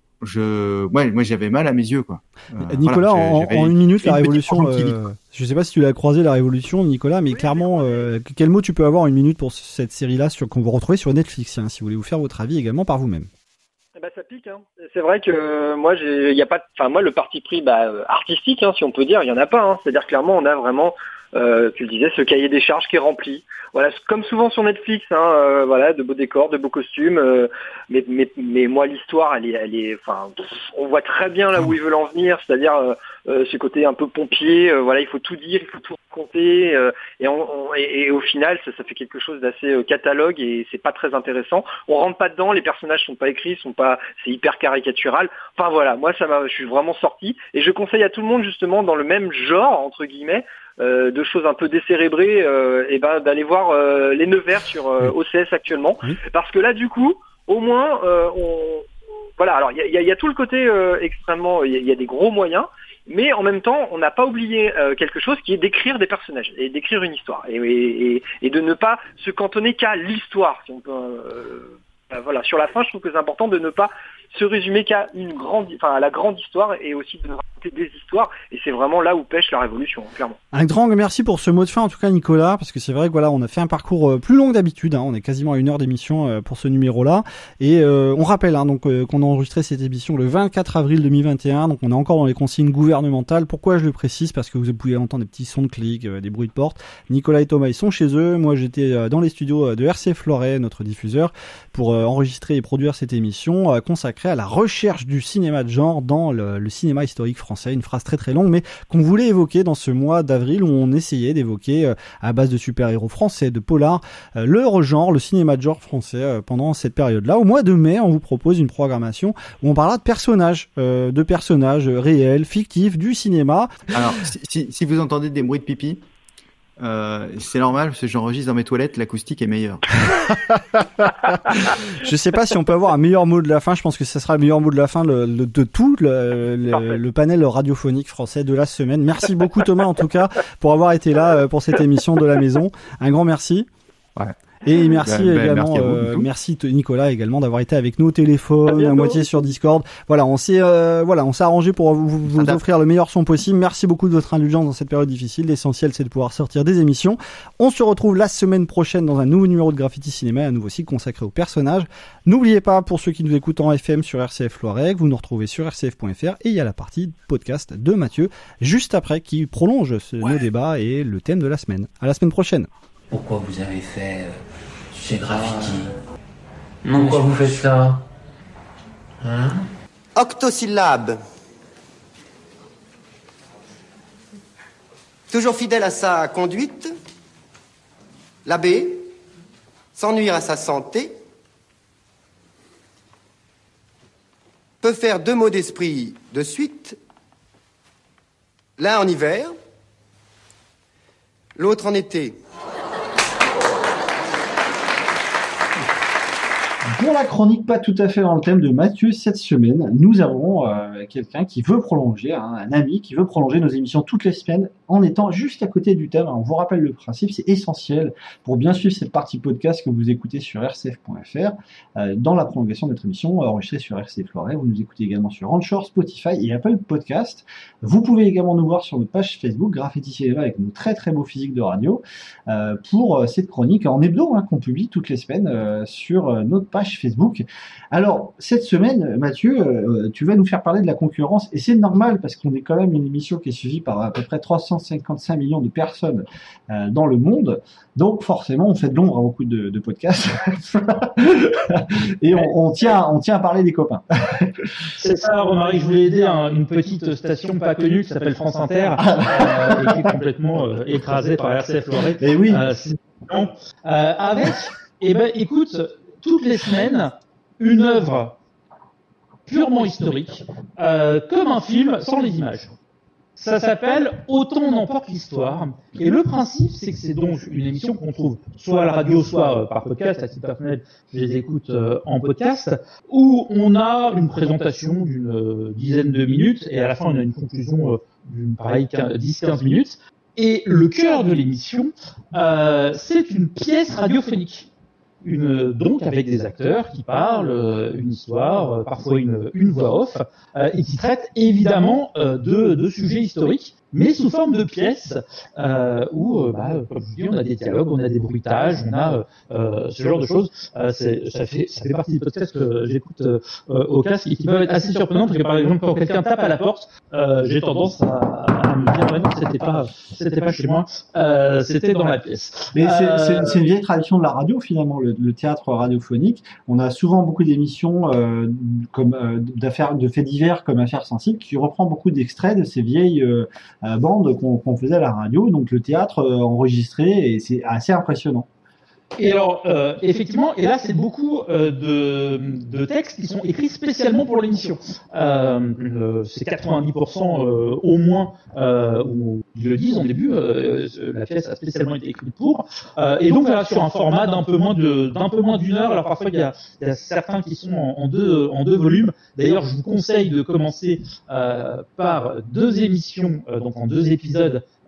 je, ouais, moi, j'avais mal à mes yeux, quoi. Euh, Nicolas, voilà, en, en une minute, la Révolution. Euh, je sais pas si tu l'as croisé, la Révolution, Nicolas, mais oui, clairement, euh, quel mot tu peux avoir en une minute pour cette série-là, sur qu'on vous retrouvez sur Netflix, hein, si vous voulez vous faire votre avis également par vous-même. Bah ça pique, hein. C'est vrai que euh, moi j'ai, y a pas, enfin moi le parti pris bah, artistique, hein, si on peut dire, il y en a pas. Hein. C'est-à-dire clairement on a vraiment, euh, tu le disais, ce cahier des charges qui est rempli. Voilà, comme souvent sur Netflix, hein, euh, voilà, de beaux décors, de beaux costumes. Euh, mais, mais, mais moi l'histoire, elle est, elle est, enfin, on voit très bien là où ils veulent en venir, c'est-à-dire euh, euh, ce côté un peu pompier. Euh, voilà, il faut tout dire, il faut tout raconter, euh, et, on, on, et, et au final, ça, ça fait quelque chose d'assez euh, catalogue et c'est pas très intéressant. On rentre pas dedans, les personnages sont pas écrits, sont pas, c'est hyper caricatural. Enfin voilà, moi ça m'a, je suis vraiment sorti et je conseille à tout le monde justement dans le même genre entre guillemets. Euh, de choses un peu décérébrées, euh, et ben d'aller voir euh, les Nevers sur euh, O C S actuellement, oui. Parce que là du coup, au moins, euh, on, voilà. Alors il y a, y a tout le côté euh, extrêmement, il y, y a des gros moyens, mais en même temps, on n'a pas oublié euh, quelque chose qui est d'écrire des personnages et d'écrire une histoire, et, et, et de ne pas se cantonner qu'à l'histoire. Si on peut, euh, ben voilà, sur la fin, je trouve que c'est important de ne pas se résumer qu'à une grande, enfin à la grande histoire et aussi de raconter des histoires. Et c'est vraiment là où pêche la révolution, clairement. Un grand merci pour ce mot de fin, en tout cas Nicolas, parce que c'est vrai que voilà, on a fait un parcours plus long que d'habitude. Hein, on est quasiment à une heure d'émission pour ce numéro-là, et euh, on rappelle hein, donc euh, qu'on a enregistré cette émission le vingt-quatre avril deux mille vingt et un. Donc on est encore dans les consignes gouvernementales. Pourquoi je le précise? Parce que vous pouvez entendre des petits sons de clics, euh, des bruits de porte. Nicolas et Thomas ils sont chez eux. Moi j'étais euh, dans les studios de R C F Loiret, notre diffuseur, pour euh, enregistrer et produire cette émission euh, consacrée à la recherche du cinéma de genre dans le, le cinéma historique français. Une phrase très très longue, mais qu'on voulait évoquer dans ce mois d'avril où on essayait d'évoquer euh, à base de super-héros français, de polars, euh, le genre, le cinéma de genre français euh, pendant cette période-là. Au mois de mai, on vous propose une programmation où on parlera de personnages, euh, de personnages réels, fictifs, du cinéma. Alors, si, si, si vous entendez des bruits de pipi, Euh, c'est normal parce que j'enregistre dans mes toilettes, l'acoustique est meilleure. Je sais pas si on peut avoir un meilleur mot de la fin. Je pense que ce sera le meilleur mot de la fin le, le, de tout le, le, le panel radiophonique français de la semaine. Merci beaucoup Thomas en tout cas pour avoir été là pour cette émission de la maison. Un grand merci. Ouais. Et merci ben, ben, également, merci, euh, merci Nicolas également d'avoir été avec nous au téléphone, à, à moitié sur Discord. Voilà, on s'est, euh, voilà, on s'est arrangé pour vous, vous, vous offrir le meilleur son possible. Merci beaucoup de votre indulgence dans cette période difficile. L'essentiel, c'est de pouvoir sortir des émissions. On se retrouve la semaine prochaine dans un nouveau numéro de Graffiti Cinéma, un nouveau site consacré aux personnages. N'oubliez pas, pour ceux qui nous écoutent en F M sur R C F Loiret, vous nous retrouvez sur R C F point F R et il y a la partie podcast de Mathieu juste après qui prolonge ce, ouais. nos débats et le thème de la semaine. À la semaine prochaine. Pourquoi vous avez fait euh, ces graffitis? Non, pourquoi vous faites ça? Hein? Octosyllabe. Toujours fidèle à sa conduite, l'abbé, sans nuire à sa santé, peut faire deux mots d'esprit de suite, l'un en hiver, l'autre en été. Pour la chronique pas tout à fait dans le thème de Mathieu cette semaine, nous avons euh, quelqu'un qui veut prolonger, hein, un ami qui veut prolonger nos émissions toutes les semaines en étant juste à côté du thème. On vous rappelle le principe, c'est essentiel pour bien suivre cette partie podcast que vous écoutez sur R C F point F R euh, dans la prolongation de notre émission enregistrée sur R C F Loiret. Vous nous écoutez également sur Anchor, Spotify et Apple Podcast. Vous pouvez également nous voir sur notre page Facebook Graffiti Cinéma avec nos très très beaux physiques de radio euh, pour euh, cette chronique en hebdo hein, qu'on publie toutes les semaines euh, sur euh, notre page Facebook. Alors, cette semaine, Mathieu, euh, tu vas nous faire parler de la concurrence, et c'est normal parce qu'on est quand même une émission qui est suivie par à peu près trois cent cinquante-cinq millions de personnes euh, dans le monde, donc forcément, on fait de l'ombre à beaucoup de, de podcasts, et on, on, tient, on tient à parler des copains. C'est ça, Romaric, je voulais aider un, une petite station pas connue qui s'appelle France Inter, euh, et qui est complètement euh, écrasée par R C F Loiret. Et oui. Euh, euh, avec, eh ben, écoute, toutes les semaines, une œuvre purement historique, euh, comme un film sans les images. Ça s'appelle Autant n'emporte l'histoire. Et le principe, c'est que c'est donc une émission qu'on trouve soit à la radio, soit euh, par podcast. À titre personnel, je les écoute euh, en podcast, où on a une présentation d'une euh, dizaine de minutes, et à la fin, on a une conclusion euh, d'une pareille dix à quinze minutes. Et le cœur de l'émission, euh, c'est une pièce radiophonique. Une, donc avec des acteurs qui parlent, euh, une histoire, euh, parfois une, une voix off, euh, et qui traitent évidemment euh, de, de sujets historiques, mais sous forme de pièces, euh, où, euh, bah, comme je vous dis, on a des dialogues, on a des bruitages, on a euh, ce genre de choses. Euh, c'est, ça, fait, ça fait partie des podcasts que j'écoute euh, au casque et qui peuvent être assez surprenants, parce que par exemple, quand quelqu'un tape à la porte, euh, j'ai tendance à, à me dire, ouais, non, c'était pas, c'était pas chez moi, euh, c'était dans la pièce. Mais c'est, euh, c'est, c'est une vieille tradition de la radio, finalement, le, le théâtre radiophonique. On a souvent beaucoup d'émissions euh, comme euh, d'affaires, de faits divers comme Affaires sensibles, qui reprend beaucoup d'extraits de ces vieilles euh, bandes qu'on, qu'on faisait à la radio. Donc le théâtre euh, enregistré, et c'est assez impressionnant. Et alors, euh, effectivement, et là, c'est beaucoup euh, de, de textes qui sont écrits spécialement pour l'émission. Euh, le, c'est quatre-vingt-dix pour cent euh, au moins, euh, où ils le disent en début, euh, la pièce a spécialement été écrite pour. Euh, et donc, là, sur un format d'un peu moins de, d'un peu moins d'une heure. Alors, parfois, il y a, il y a certains qui sont en, en deux, en deux volumes. D'ailleurs, je vous conseille de commencer euh, par deux émissions, euh, donc en deux épisodes,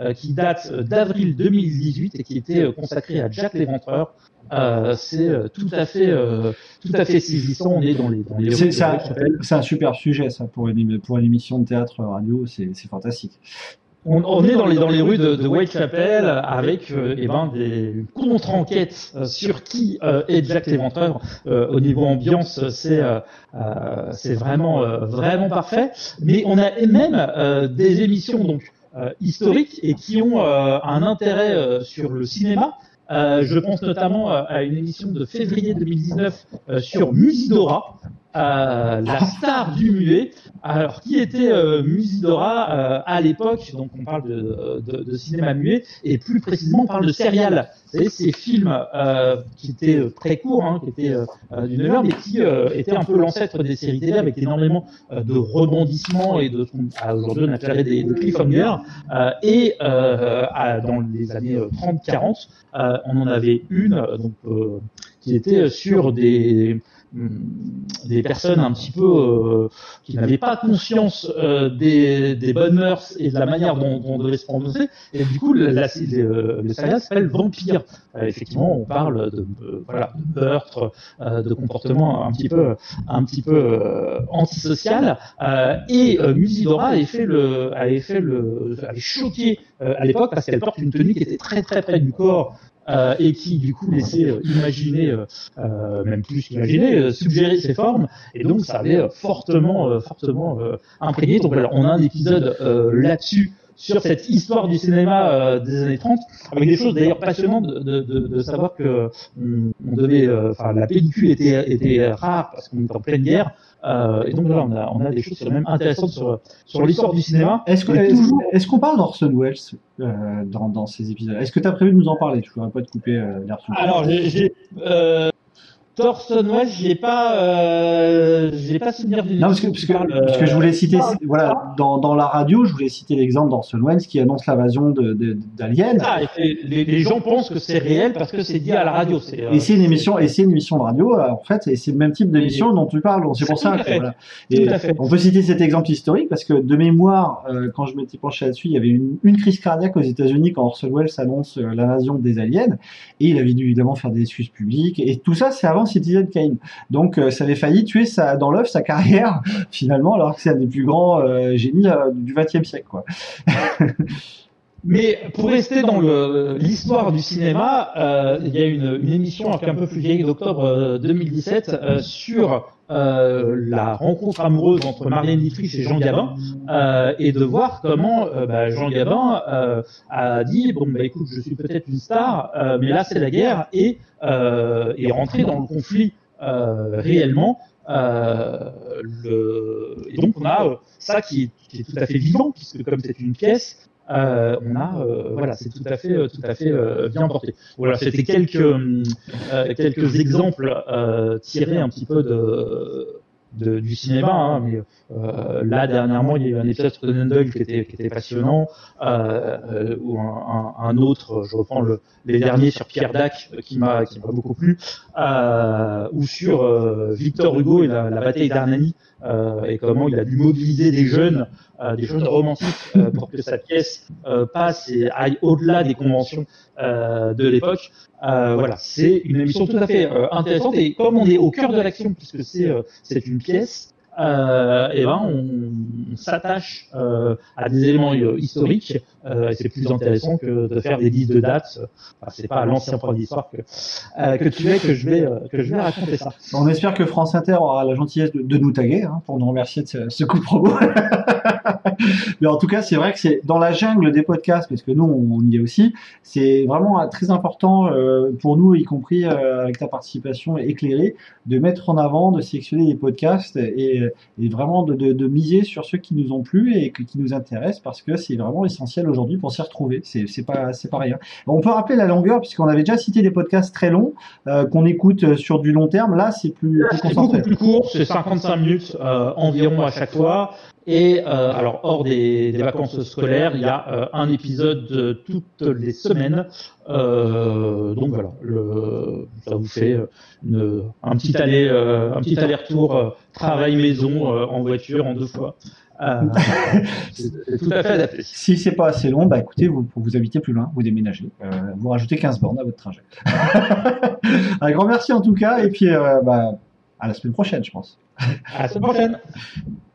euh, qui date d'avril deux mille dix-huit et qui était euh, consacré à Jack l'Éventreur. Euh, c'est euh, tout à fait, euh, tout à fait saisissant. On est dans les, dans les c'est, c'est, un, c'est un super sujet, ça, pour une, pour une émission de théâtre radio, c'est, c'est fantastique. On, on est dans les, dans les rues de, de Whitechapel avec euh, eh ben, des contre-enquêtes euh, sur qui euh, est Jack l'Éventreur. Euh, au niveau ambiance, c'est, euh, euh, c'est vraiment, euh, vraiment parfait. Mais on a même euh, des émissions donc euh, historiques et qui ont euh, un intérêt euh, sur le cinéma. Euh, je pense notamment euh, à une émission de février deux mille dix-neuf euh, sur Musidora, euh, la star du muet. Alors, qui était euh, Musidora euh, à l'époque? Donc, on parle de, de, de cinéma muet, et plus précisément, on parle de serial. Vous savez, ces films euh, qui étaient euh, très courts, hein, qui étaient euh, d'une heure, mais qui euh, étaient un peu l'ancêtre des séries télé, avec énormément euh, de rebondissements et de, à, aujourd'hui, on appellerait des, des cliffhangers. Euh, et euh, à, dans les années trente quarante, euh, on en avait une, donc euh, qui était sur des des personnes un petit peu euh, qui n'avaient pas conscience euh, des, des bonnes mœurs et de la manière dont, dont on devait se prononcer, et du coup la, la, le, le serial s'appelle Vampire. Euh, effectivement, on parle de, de voilà de meurtre, euh, de comportement un petit peu un petit peu euh, antisocial, euh, et euh, Musidora avait fait le avait fait le avait choqué euh, à l'époque parce qu'elle porte une tenue qui était très très près du corps. Euh, et qui du coup laissait euh, imaginer, euh, euh, même plus qu'imaginer, euh, suggérer ses formes, et donc ça avait euh, fortement, euh, fortement euh, imprégné. Donc alors, on a un épisode euh, là-dessus, sur cette histoire du cinéma euh, des années trente, avec des choses d'ailleurs passionnantes de, de, de, de savoir que on, on devait, enfin euh, la pellicule était, était rare parce qu'on était en pleine guerre. Euh, et donc là, on a, on a des choses même intéressantes sur, sur l'histoire du cinéma. Est-ce, que, est-ce, toujours... est-ce qu'on parle d'Orson Welles euh, dans, dans ces épisodes? Est-ce que tu as prévu de nous en parler? Je ne voudrais pas te couper euh, l'air tout. Alors, j'ai, j'ai euh, Orson Welles, j'ai pas, euh, j'ai pas souvenir d'une. Non, parce que, parce que, parle, parce que je voulais citer, euh, voilà, dans, dans la radio, je voulais citer l'exemple d'Orson Welles qui annonce l'invasion de, de, d'aliens. Ah, et les, les gens pensent que c'est réel parce que c'est dit à la radio. C'est, euh, et c'est une émission, et c'est une émission de radio, en fait, et c'est le même type d'émission et, dont tu parles. Donc c'est pour ça que, voilà. Et on peut citer cet exemple historique parce que de mémoire, euh, quand je m'étais penché là-dessus, il y avait une, une crise cardiaque aux États-Unis quand Orson Welles annonce euh, l'invasion des aliens, et il avait dû évidemment faire des excuses publiques, et tout ça, c'est avant Citizen Kane. Donc euh, ça avait failli tuer sa, dans l'œuf sa carrière finalement, alors que c'est un des plus grands euh, génies euh, du vingtième siècle, quoi. Mais pour rester dans le, l'histoire du cinéma, euh, il y a une, une émission un peu plus vieille d'octobre euh, deux mille dix-sept euh, sur euh, la rencontre amoureuse entre Marlène Dietrich et Jean Gabin, euh, et de voir comment euh, bah, Jean Gabin euh, a dit bon bah écoute, je suis peut-être une star, euh, mais là c'est la guerre, et euh, est rentré dans le conflit euh, réellement. Euh, le... Et donc on a euh, ça qui est, qui est tout à fait vivant, puisque comme c'est une pièce, Euh, on a, euh, voilà, c'est tout à fait, euh, tout à fait euh, bien porté. Voilà, c'était quelques euh, quelques exemples euh, tirés un petit peu de, de du cinéma, hein, mais euh, là dernièrement il y a eu un épisode sur Conan Doyle qui était qui était passionnant, euh, ou un, un, un autre, je reprends le, les derniers sur Pierre Dac qui m'a qui m'a beaucoup plu, euh, ou sur euh, Victor Hugo et la, la bataille d'Hernani, euh, et comment il a dû mobiliser des jeunes. Euh, des jeunes romantiques euh, pour que sa pièce euh, passe et aille au-delà des conventions euh, de l'époque. Euh, voilà, c'est une émission tout à fait euh, intéressante, et comme on est au cœur de l'action puisque c'est euh, c'est une pièce, euh, et ben on, on s'attache euh, à des éléments euh, historiques, euh, et c'est plus intéressant que de faire des listes de dates. Enfin, c'est pas à l'ancien prof d'histoire que euh, que tu es que je vais euh, que je vais raconter ça. On espère que France Inter aura la gentillesse de, de nous taguer, hein, pour nous remercier de ce, ce coup de promo. Mais en tout cas, c'est vrai que c'est dans la jungle des podcasts, parce que nous, on y est aussi. C'est vraiment très important euh, pour nous, y compris euh, avec ta participation éclairée, de mettre en avant, de sélectionner des podcasts et, et vraiment de, de, de miser sur ceux qui nous ont plu et que, qui nous intéressent, parce que c'est vraiment essentiel aujourd'hui pour s'y retrouver. C'est, c'est pas, c'est pas rien. On peut rappeler la longueur, puisqu'on avait déjà cité des podcasts très longs euh, qu'on écoute sur du long terme. Là, c'est plus, plus c'est beaucoup plus court. C'est cinquante-cinq minutes euh, environ à chaque fois. Et euh, alors hors des, des vacances scolaires, il y a euh, un épisode euh, toutes les semaines. Euh, donc voilà, le, ça vous fait une, un petit aller, euh, un petit aller-retour euh, travail maison euh, en voiture en deux fois. Euh, c'est, c'est tout à fait adapté. Si c'est pas assez long, bah écoutez, vous pour vous habiter plus loin, vous déménagez, euh, vous rajoutez quinze bornes à votre trajet. Un grand merci en tout cas, et puis euh, bah, à la semaine prochaine, je pense. À la semaine prochaine.